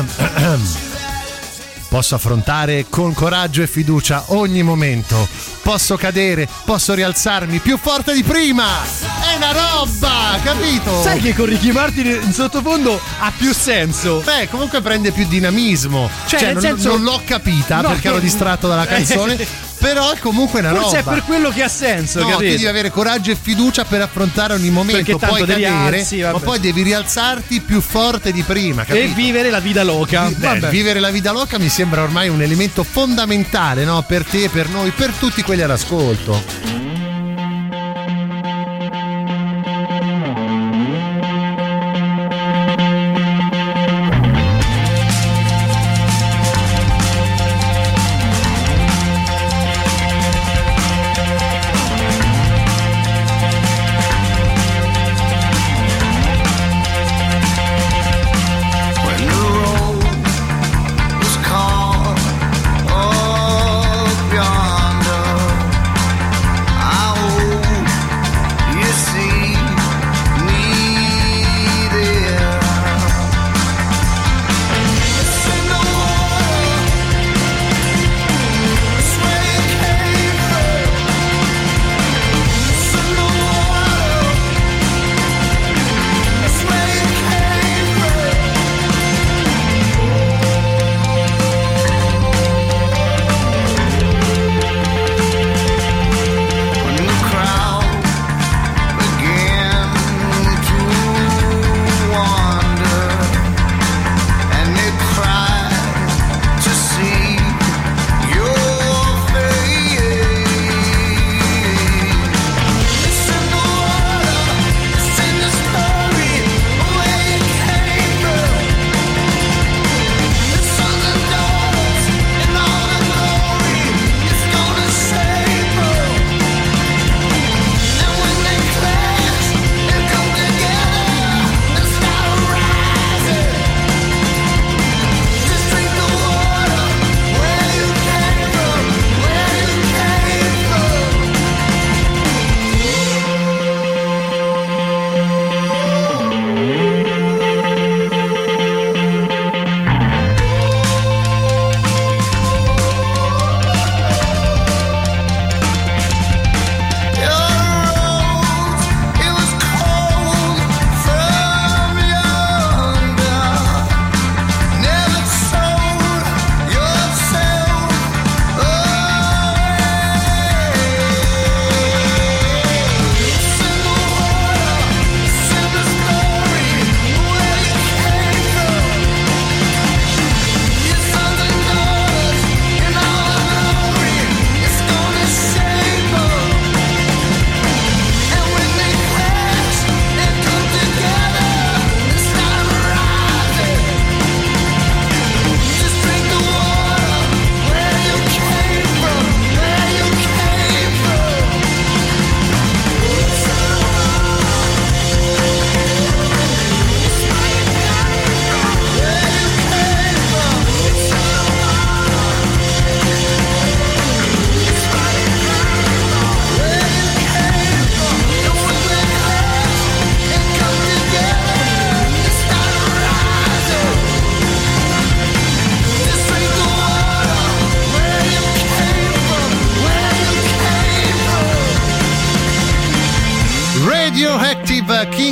Posso affrontare con coraggio e fiducia ogni momento. Posso cadere, posso rialzarmi più forte di prima. È una roba, capito? Sai che con Ricky Martin in sottofondo ha più senso? Beh, comunque prende più dinamismo. Cioè non l'ho capita perché ero distratto dalla canzone. Però è comunque una roba. Forse è per quello che ha senso, no, capito? Tu devi avere coraggio e fiducia per affrontare ogni momento. Puoi cadere, ma poi devi rialzarti più forte di prima, capito? E vivere la vita loca. Vivere la vita loca mi sembra ormai un elemento fondamentale, no? Per te, per noi, per tutti quelli all'ascolto. Yonder,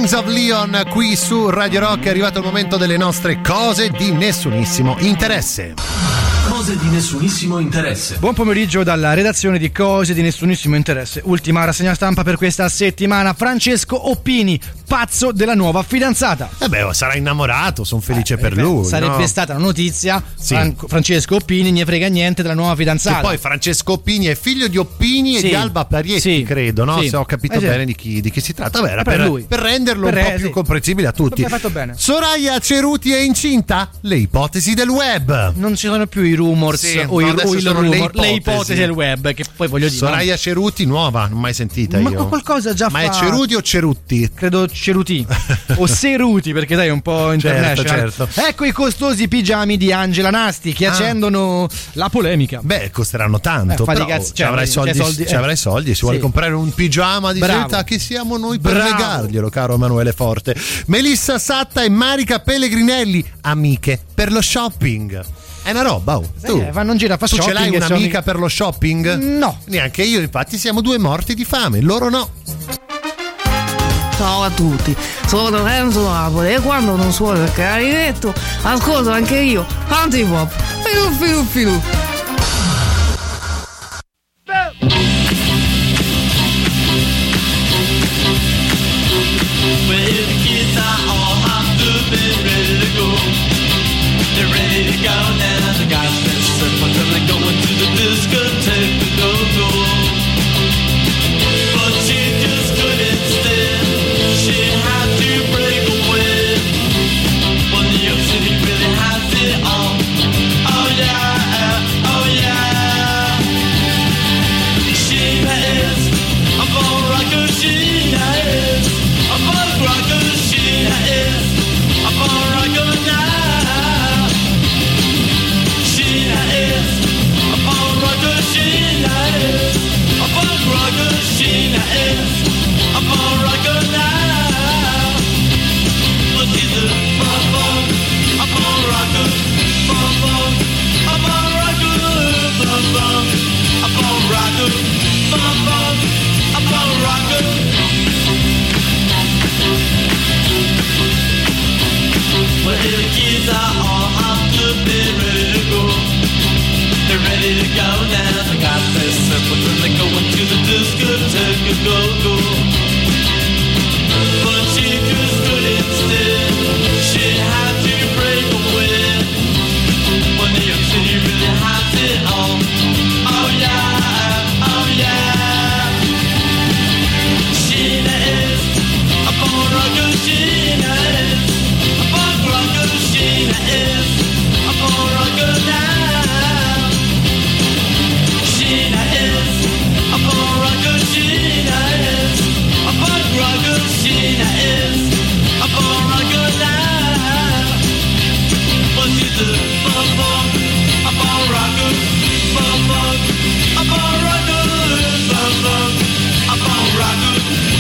Kings of Leon qui su Radio Rock. È arrivato il momento delle nostre cose di nessunissimo interesse. Cose di nessunissimo interesse. Buon pomeriggio dalla redazione di Cose di nessunissimo interesse. Ultima rassegna stampa per questa settimana. Francesco Oppini, pazzo della nuova fidanzata. Sarà innamorato, sono felice per lui. Sarebbe stata una notizia. Sì. Francesco Oppini ne frega niente della nuova fidanzata. E poi Francesco Oppini è figlio di Oppini e di Alba Parietti, credo, no? Se ho capito bene di chi si tratta. Era per lui. Per renderlo un po' più comprensibile a tutti. Fatto bene. Soraya Ceruti è incinta? Le ipotesi del web. Non ci sono più i rumors o il rumor, le ipotesi del web, che poi voglio dire. Soraya Ceruti nuova, non mai sentita io. Ma qualcosa già Ma è Ceruti o Cerutti? Credo Ceruti o Ceruti, perché sai, è un po' international. Certo. Ecco i costosi pigiami di Angela Nasti che accendono la polemica. Costeranno tanto, però ci avrai soldi, si vuole comprare un pigiama di scelta, che siamo noi per regarglielo, caro Emanuele Forte. Melissa Satta e Marica Pellegrinelli, amiche per lo shopping. È una roba, tu vanno in giro a fare shopping. Tu ce l'hai un'amica per lo shopping? No. Neanche io, infatti siamo due morti di fame, loro no. Ciao a tutti, sono Lorenzo Napoli e quando non suono il clarinetto ascolto anche io Antipop. Filu. Well, the kids are all hopped up and ready to go. They're ready to go now. The guys been surfing till they're going to the discotheque to go. But she just couldn't stand. She had to break away. But New York City really has it all. Oh yeah, oh yeah. She is a bone rocker. She is a bone rocker. She is a bone rocker now. She is a bone rocker. She is a bone rocker. She is a bone rocker now. But she's a bone rocker, bone rocker, a bone rocker, a bone rocker, a bone rocker. Well, the kids are all hopped up and ready to go. They're ready to go now. They got their circles and they're going to the discotheque to go. But she just couldn't stand. She had to break away. But New York City really has it all. Oh yeah, oh yeah. She is a bone rocker. She is a bone rocker. She is a bone rocker now. She is a bone rocker. She is a bone rocker. She is a bone rocker now. But she's a bone rocker, a bone rocker, a bone rocker, a bone rocker,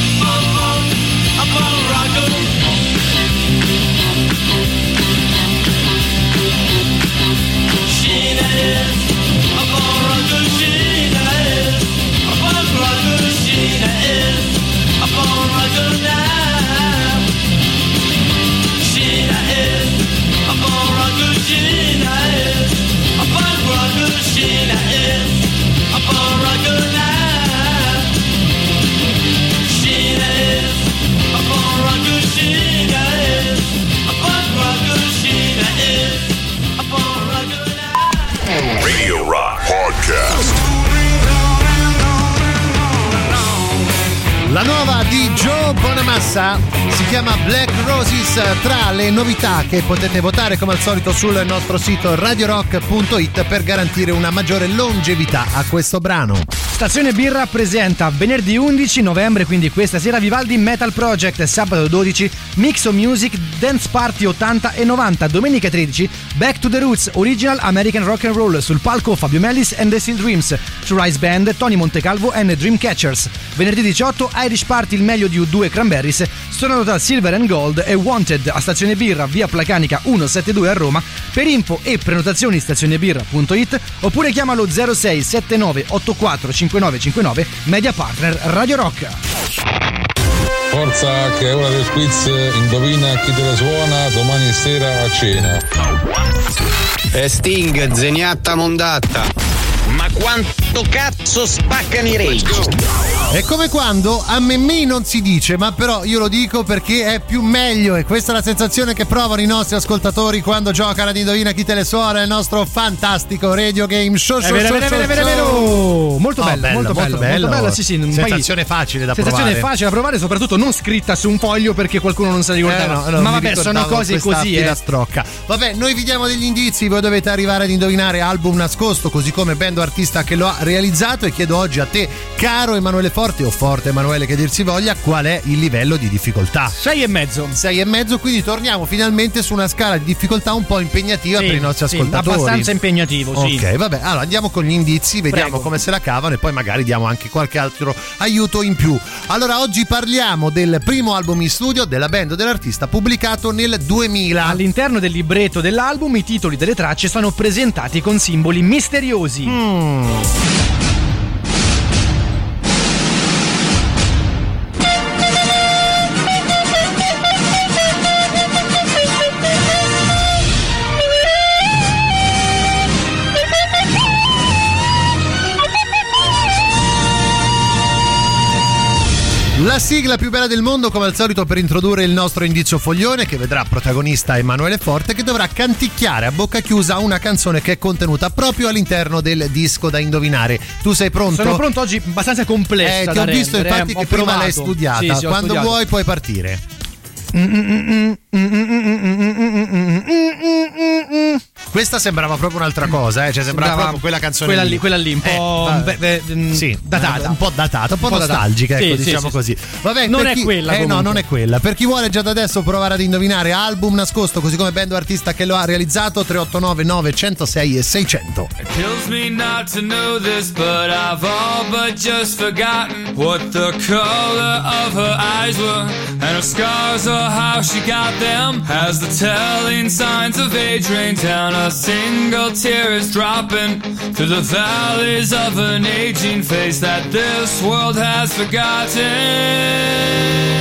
a bone rocker. She is a bone rocker. She is a bone rocker. She is a bone rocker now. She is a bone rocker. She is a bone rocker. She is a bone rocker now. She is a bone rocker. She is a bone rocker. She is a bone rocker now. Radio Rock Podcast. La nuova di Joe Bonamassa si chiama Black Roses, tra le novità che potete votare come al solito sul nostro sito radiorock.it per garantire una maggiore longevità a questo brano. Stazione Birra presenta venerdì 11 novembre, quindi questa sera, Vivaldi Metal Project, sabato 12 Mixo Music Dance Party 80 e 90, domenica 13 Back to the Roots Original American Rock and Roll, sul palco Fabio Mellis and the Steel Dreams, To Rise Band, Tony Montecalvo and Dreamcatchers. Venerdì 18 Irish Party, il meglio di U2 Cranberries, suonato da Silver and Gold e Wanted a Stazione Birra, via Placanica 172 a Roma. Per info e prenotazioni stazionebirra.it oppure chiamalo 06 79 84 5959, media partner Radio Rock. Forza che è ora del quiz, indovina chi te la suona domani sera a cena. Sting, zeniatta mondatta. Ma quanto cazzo spaccano i Rage? È come quando a Memmì non si dice, ma però io lo dico perché è più meglio, e questa è la sensazione che provano i nostri ascoltatori quando giocano ad Indovina chi te le suona, il nostro fantastico radio game show. Vero. Molto bello. Sì, sensazione facile da provare. Sensazione facile da provare, soprattutto non scritta su un foglio perché qualcuno non sa ricordare. Ma vabbè, sono cose così, la strocca. Vabbè, noi vi diamo degli indizi, voi dovete arrivare ad indovinare album nascosto, così come band o artista che lo ha realizzato, e chiedo oggi a te, caro Emanuele Forte, o Forte Emanuele che dir si voglia, qual è il livello di difficoltà? 6,5, quindi torniamo finalmente su una scala di difficoltà un po' impegnativa per i nostri ascoltatori. Abbastanza impegnativo, sì. Ok, vabbè, allora andiamo con gli indizi, vediamo come se la cavano e poi magari diamo anche qualche altro aiuto in più. Allora, oggi parliamo del primo album in studio della band o dell'artista pubblicato nel 2000. All'interno del libretto dell'album i titoli delle tracce sono presentati con simboli misteriosi. La sigla più bella del mondo, come al solito, per introdurre il nostro indizio foglione, che vedrà protagonista Emanuele Forte, che dovrà canticchiare a bocca chiusa una canzone che è contenuta proprio all'interno del disco da indovinare. Tu sei pronto? Sono pronto, oggi abbastanza complessa. Ti ho visto infatti che prima l'hai studiata. Sì, quando vuoi puoi partire. Questa sembrava proprio un'altra cosa, cioè sembrava proprio quella canzone quella lì un po' datata, un po' datata, un po' nostalgica, ecco, diciamo così. Vabbè, non è quella, no, non è quella. Per chi vuole già da adesso provare ad indovinare album nascosto, così come band o artista che lo ha realizzato, 389 906 e 600. It kills me not to know this, but I've all but just forgotten what the color of her eyes were, and her scars or how she got them. As the telling signs of age rain down, a single tear is dropping through the valleys of an aging face that this world has forgotten.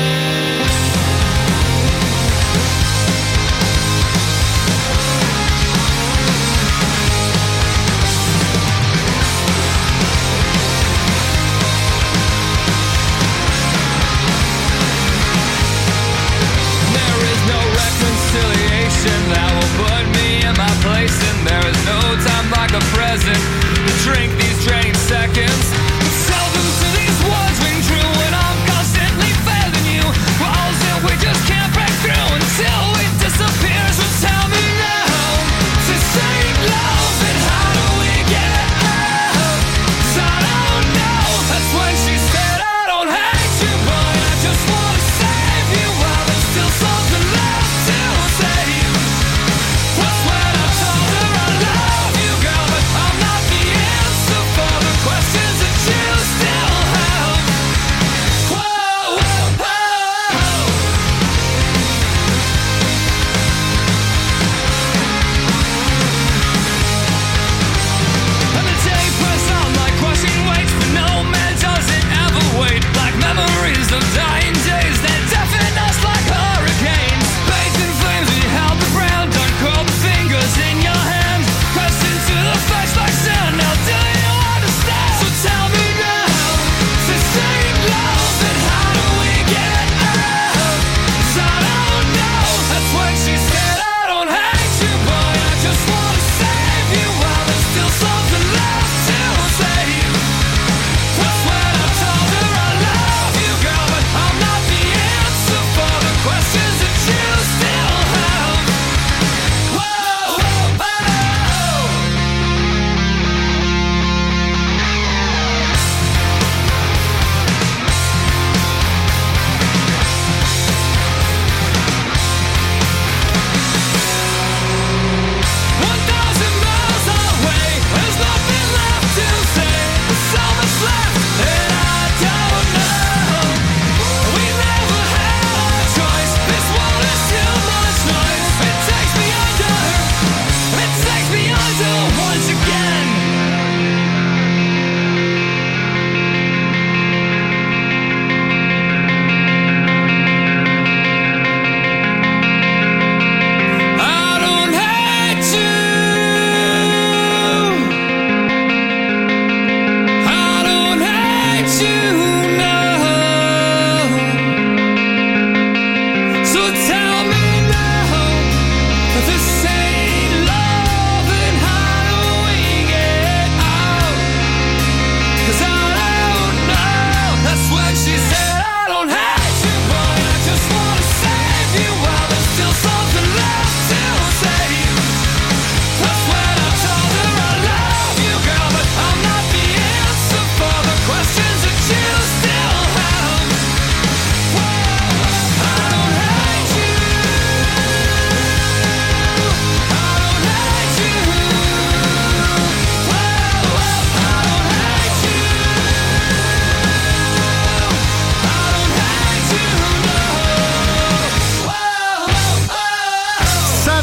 That will put me in my place, and there is no time like a present to drink these draining seconds. Tell them to these words ring true when I'm constantly failing you.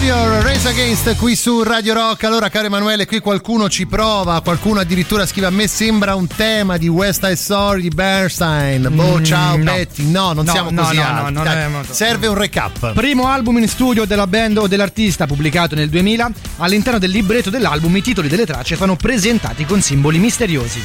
Savior, Race Against qui su Radio Rock. Allora, caro Emanuele, qui qualcuno ci prova, qualcuno addirittura scrive: a me sembra un tema di West Side Story di Bernstein. Ciao no. Betty. No, non siamo così alti. No, Dai, serve un recap. Primo album in studio della band o dell'artista, pubblicato nel 2000. All'interno del libretto dell'album i titoli delle tracce fanno presentati con simboli misteriosi.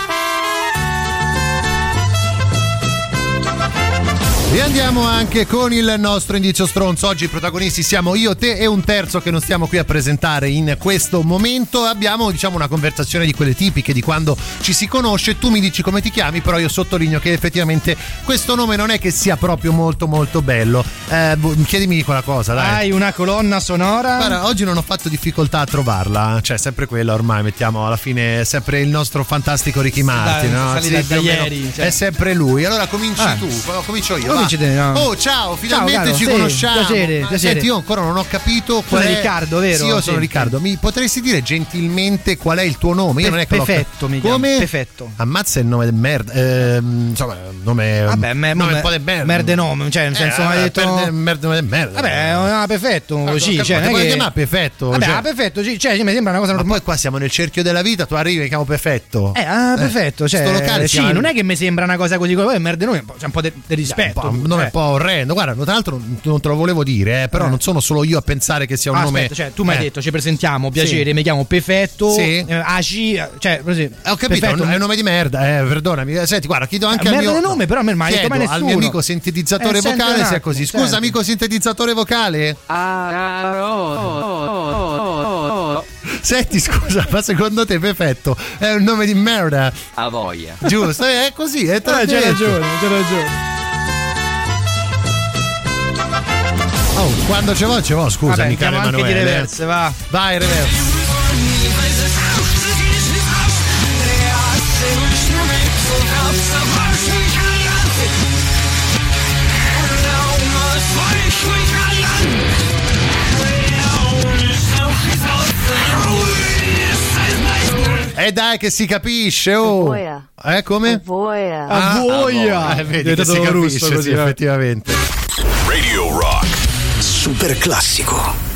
E andiamo anche con il nostro indizio stronzo. Oggi i protagonisti siamo io, te e un terzo che non stiamo qui a presentare in questo momento. Abbiamo, diciamo, una conversazione di quelle tipiche di quando ci si conosce, tu mi dici come ti chiami, però io sottolineo che effettivamente questo nome non è che sia proprio molto molto bello. Chiedimi quella cosa, dai. Hai una colonna sonora? Guarda, oggi non ho fatto difficoltà a trovarla, cioè sempre quella ormai, mettiamo alla fine sempre il nostro fantastico Ricky Martin, no? Sì, da ieri, cioè. È sempre lui. Allora cominci tu, comincio io. Oh, ciao, finalmente ci conosciamo. Piacere. Senti, io ancora non ho capito qual è. Riccardo, vero? Sì, io sono Riccardo. Mi potresti dire gentilmente qual è il tuo nome? Io non è che Perfetto, mi chiamo. Come? Perfetto. Ammazza il nome del merda. Insomma, nome. Vabbè, nome un po' del merda. Merde nome, cioè nel senso hai detto merda del merda. Vabbè, perfetto, sì, cioè non è che chiamare perfetto. Vabbè, perfetto, sì, cioè mi sembra una cosa normale. Ma poi qua siamo nel cerchio della vita, tu arrivi e mi chiamo perfetto. Perfetto, cioè. Sto locale sì, non è che mi sembra una cosa così, poi merda nome, c'è un po' di rispetto. Un nome un po' orrendo. Guarda, tra l'altro non te lo volevo dire, però non sono solo io a pensare che sia un nome. Aspetta, cioè tu mi hai detto ci presentiamo, piacere, mi chiamo Perfetto. Sì. Cioè, così. Ho capito, è un nome di merda, perdonami. Senti, guarda, chiedo anche al mio nome, però a me mai detto mai nessuno. Al mio amico sintetizzatore vocale se è così. Scusa, amico sintetizzatore vocale? Senti, scusa, ma secondo te Perfetto è un nome di merda? A voglia. Giusto, è così, è c'è ragione. Oh, quando ce vo, scusami, caro Emanuele. Anche di reverse, va. Vai, reverse. E dai che si capisce, oh. Come? A voglia. A voglia. Vedi che si capisce, così, sì, effettivamente. Radio Rock. Super classico.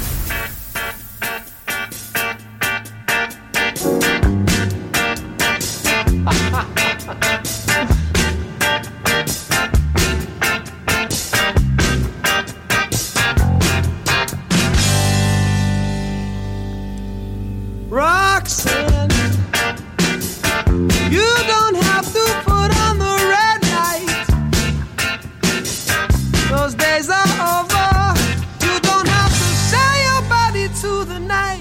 Roxanne, you don't have to put on the red light. Those days are over. You don't have to sell your body to the night.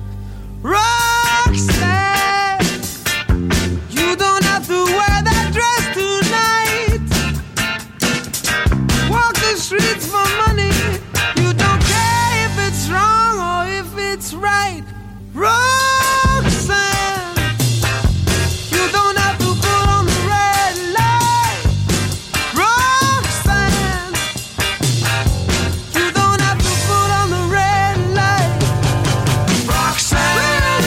Roxanne, you don't have to wear that dress tonight. Walk the streets for money. You don't care if it's wrong or if it's right. Roxanne, you don't have to put on the red light. Roxanne, you don't have to put on the red light. Roxanne,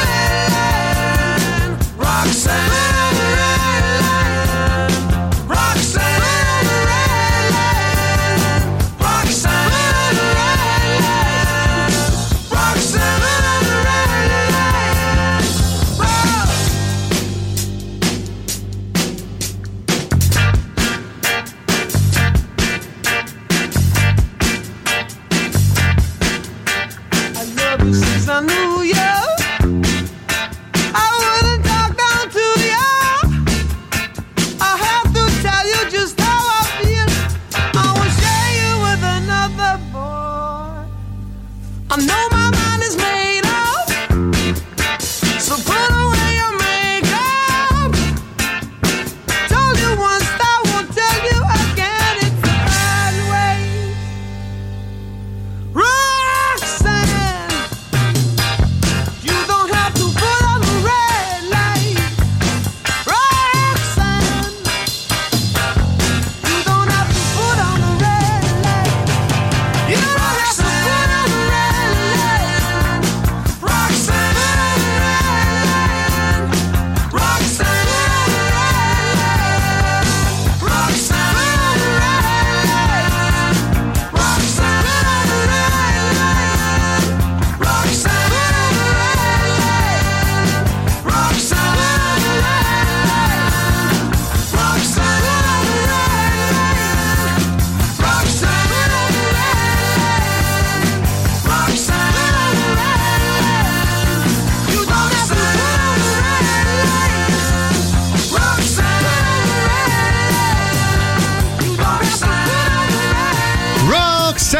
Roxanne, Roxanne, Roxanne, since I knew you, I wouldn't talk down to you. I have to tell you just how I feel. I won't share you with another boy. I know my mind is made up, so put away your makeup. Told you once, I won't tell you again. It's the right way. Roxanne, you don't have to put on the red light. Roxanne, you don't have to put on the red light. You don't have to put on the red light.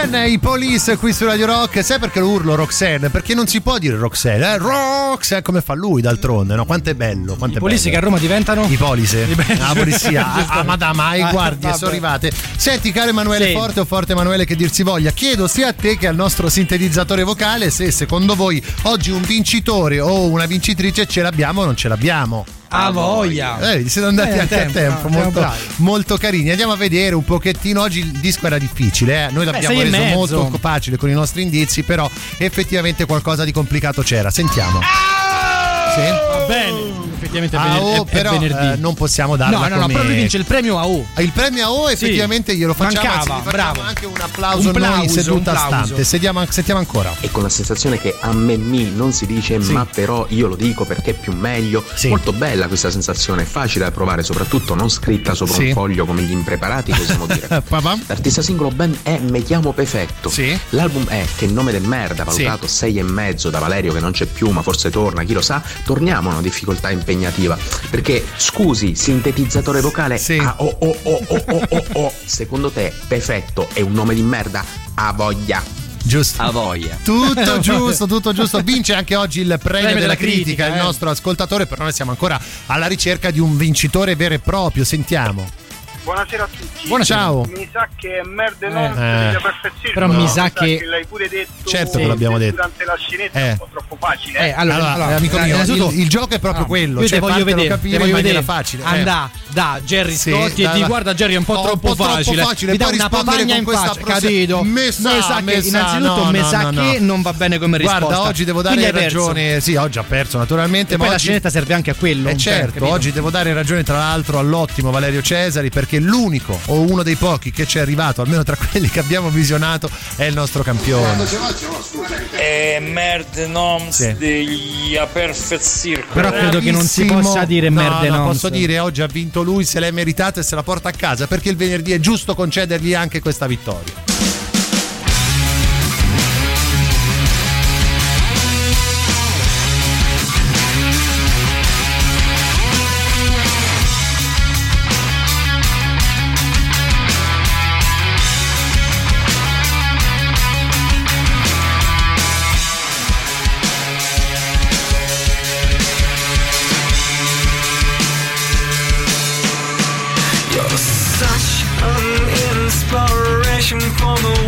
Roxanne, i Police qui su Radio Rock. Sai perché lo urlo Roxanne? Perché non si può dire Roxanne, Roxanne come fa lui d'altronde, no? Quanto è bello, quanto I Police che a Roma diventano i Police, la polizia, madama, e guardie sono arrivate. Senti, caro Emanuele, forte o forte Emanuele che dir si voglia, chiedo sia a te che al nostro sintetizzatore vocale se secondo voi oggi un vincitore o una vincitrice ce l'abbiamo o non ce l'abbiamo. A voglia. Siete andati anche a tempo, molto carini. Andiamo a vedere un pochettino. Oggi il disco era difficile, noi l'abbiamo reso molto facile con i nostri indizi, però effettivamente qualcosa di complicato c'era. Sentiamo. Sì? Va bene. Effettivamente è però venerdì. Non possiamo darla come... No, però lui vince il premio AO. Il premio AO effettivamente glielo facciamo. Mancava, bravo. Anche un applauso noi seduta stante. Sentiamo ancora. E con la sensazione che a me non si dice, ma però io lo dico perché è più meglio. Molto bella questa sensazione, facile da provare, soprattutto non scritta sopra un foglio come gli impreparati che usiamo dire. L'artista singolo ben è Me chiamo Perfetto. L'album è Che nome del merda, valutato 6,5 da Valerio che non c'è più ma forse torna, chi lo sa. Torniamo a una difficoltà impegnativa, perché scusi, sintetizzatore vocale, secondo te Perfetto è un nome di merda? A voglia. Giusto. A voglia. Tutto giusto. Vince anche oggi il premio della critica, il nostro ascoltatore, però noi siamo ancora alla ricerca di un vincitore vero e proprio. Sentiamo. Buonasera a tutti. Buonasera. Ciao. Mi sa che merde non della perfezione. Però mi sa che l'hai pure detto. Certo che l'abbiamo detto. Durante la scenetta è un po' troppo facile. Allora, amico mio, il gioco è proprio quello. Io cioè, te voglio vedere in maniera facile. Andà da Gerry Scotti e ti guarda Gerry è un po' troppo facile. Mi dà una papagna in faccia, capito? Me sa che innanzitutto me sa che non va bene come risposta. Guarda, oggi devo dare ragione. Sì, oggi ha perso naturalmente. E poi la scenetta serve anche a quello. Certo, oggi devo dare ragione tra l'altro all'ottimo Valerio Cesari, perché l'unico o uno dei pochi che ci è arrivato, almeno tra quelli che abbiamo visionato, è il nostro campione. Merde noms degli a perfect circle. Però credo che non si possa dire merde noms. Posso dire, oggi ha vinto lui, se l'è meritato e se la porta a casa, perché il venerdì è giusto concedergli anche questa vittoria. For the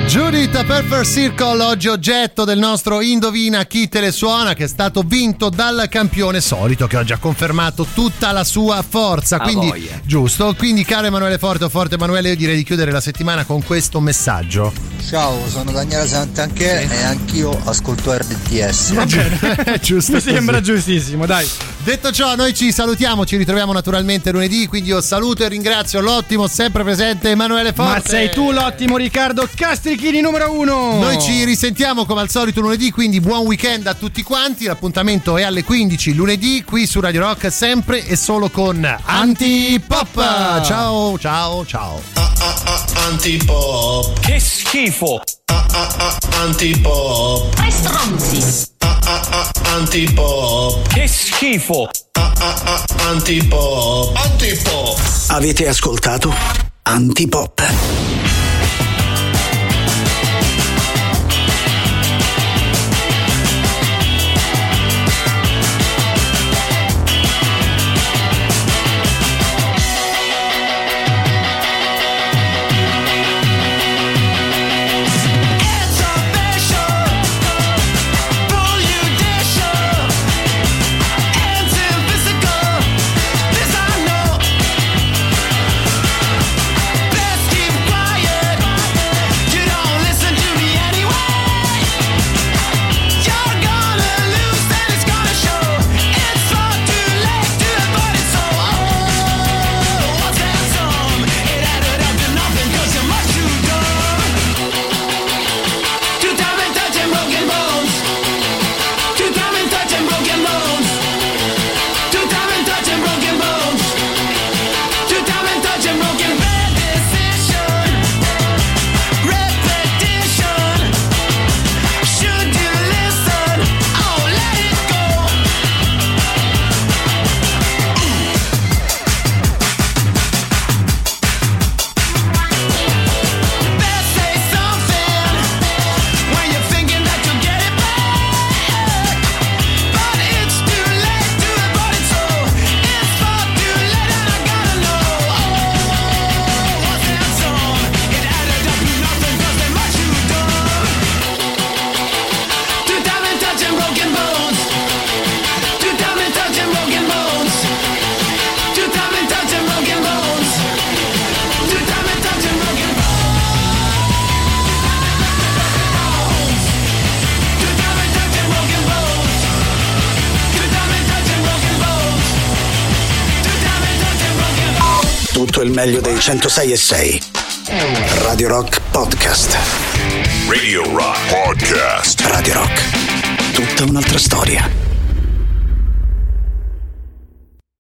Judith Perfect Circle, oggi oggetto del nostro Indovina chi te le suona, che è stato vinto dal campione solito, che oggi ha confermato tutta la sua forza. Quindi, giusto, quindi caro Emanuele Forte o Forte Emanuele, io direi di chiudere la settimana con questo messaggio. Ciao, sono Daniele Sant'Anché e anch'io ascolto RDTS. Va bene, giusto. Mi sembra giustissimo, dai. Detto ciò, noi ci salutiamo, ci ritroviamo naturalmente lunedì, quindi io saluto e ringrazio l'ottimo sempre presente Emanuele Forte. Ma sei tu l'ottimo Riccardo Castrichini numero 1. Noi ci risentiamo come al solito lunedì, quindi buon weekend a tutti quanti. L'appuntamento è alle 15 lunedì qui su Radio Rock, sempre e solo con Antipop. Ciao ciao ciao. Antipop. Che schifo. Antipop. Tre stronzi. Antipop. Che schifo. Antipop. Antipop. Avete ascoltato Antipop. Tutto il meglio dei 106.6. Radio Rock Podcast. Radio Rock Podcast. Radio Rock. Tutta un'altra storia.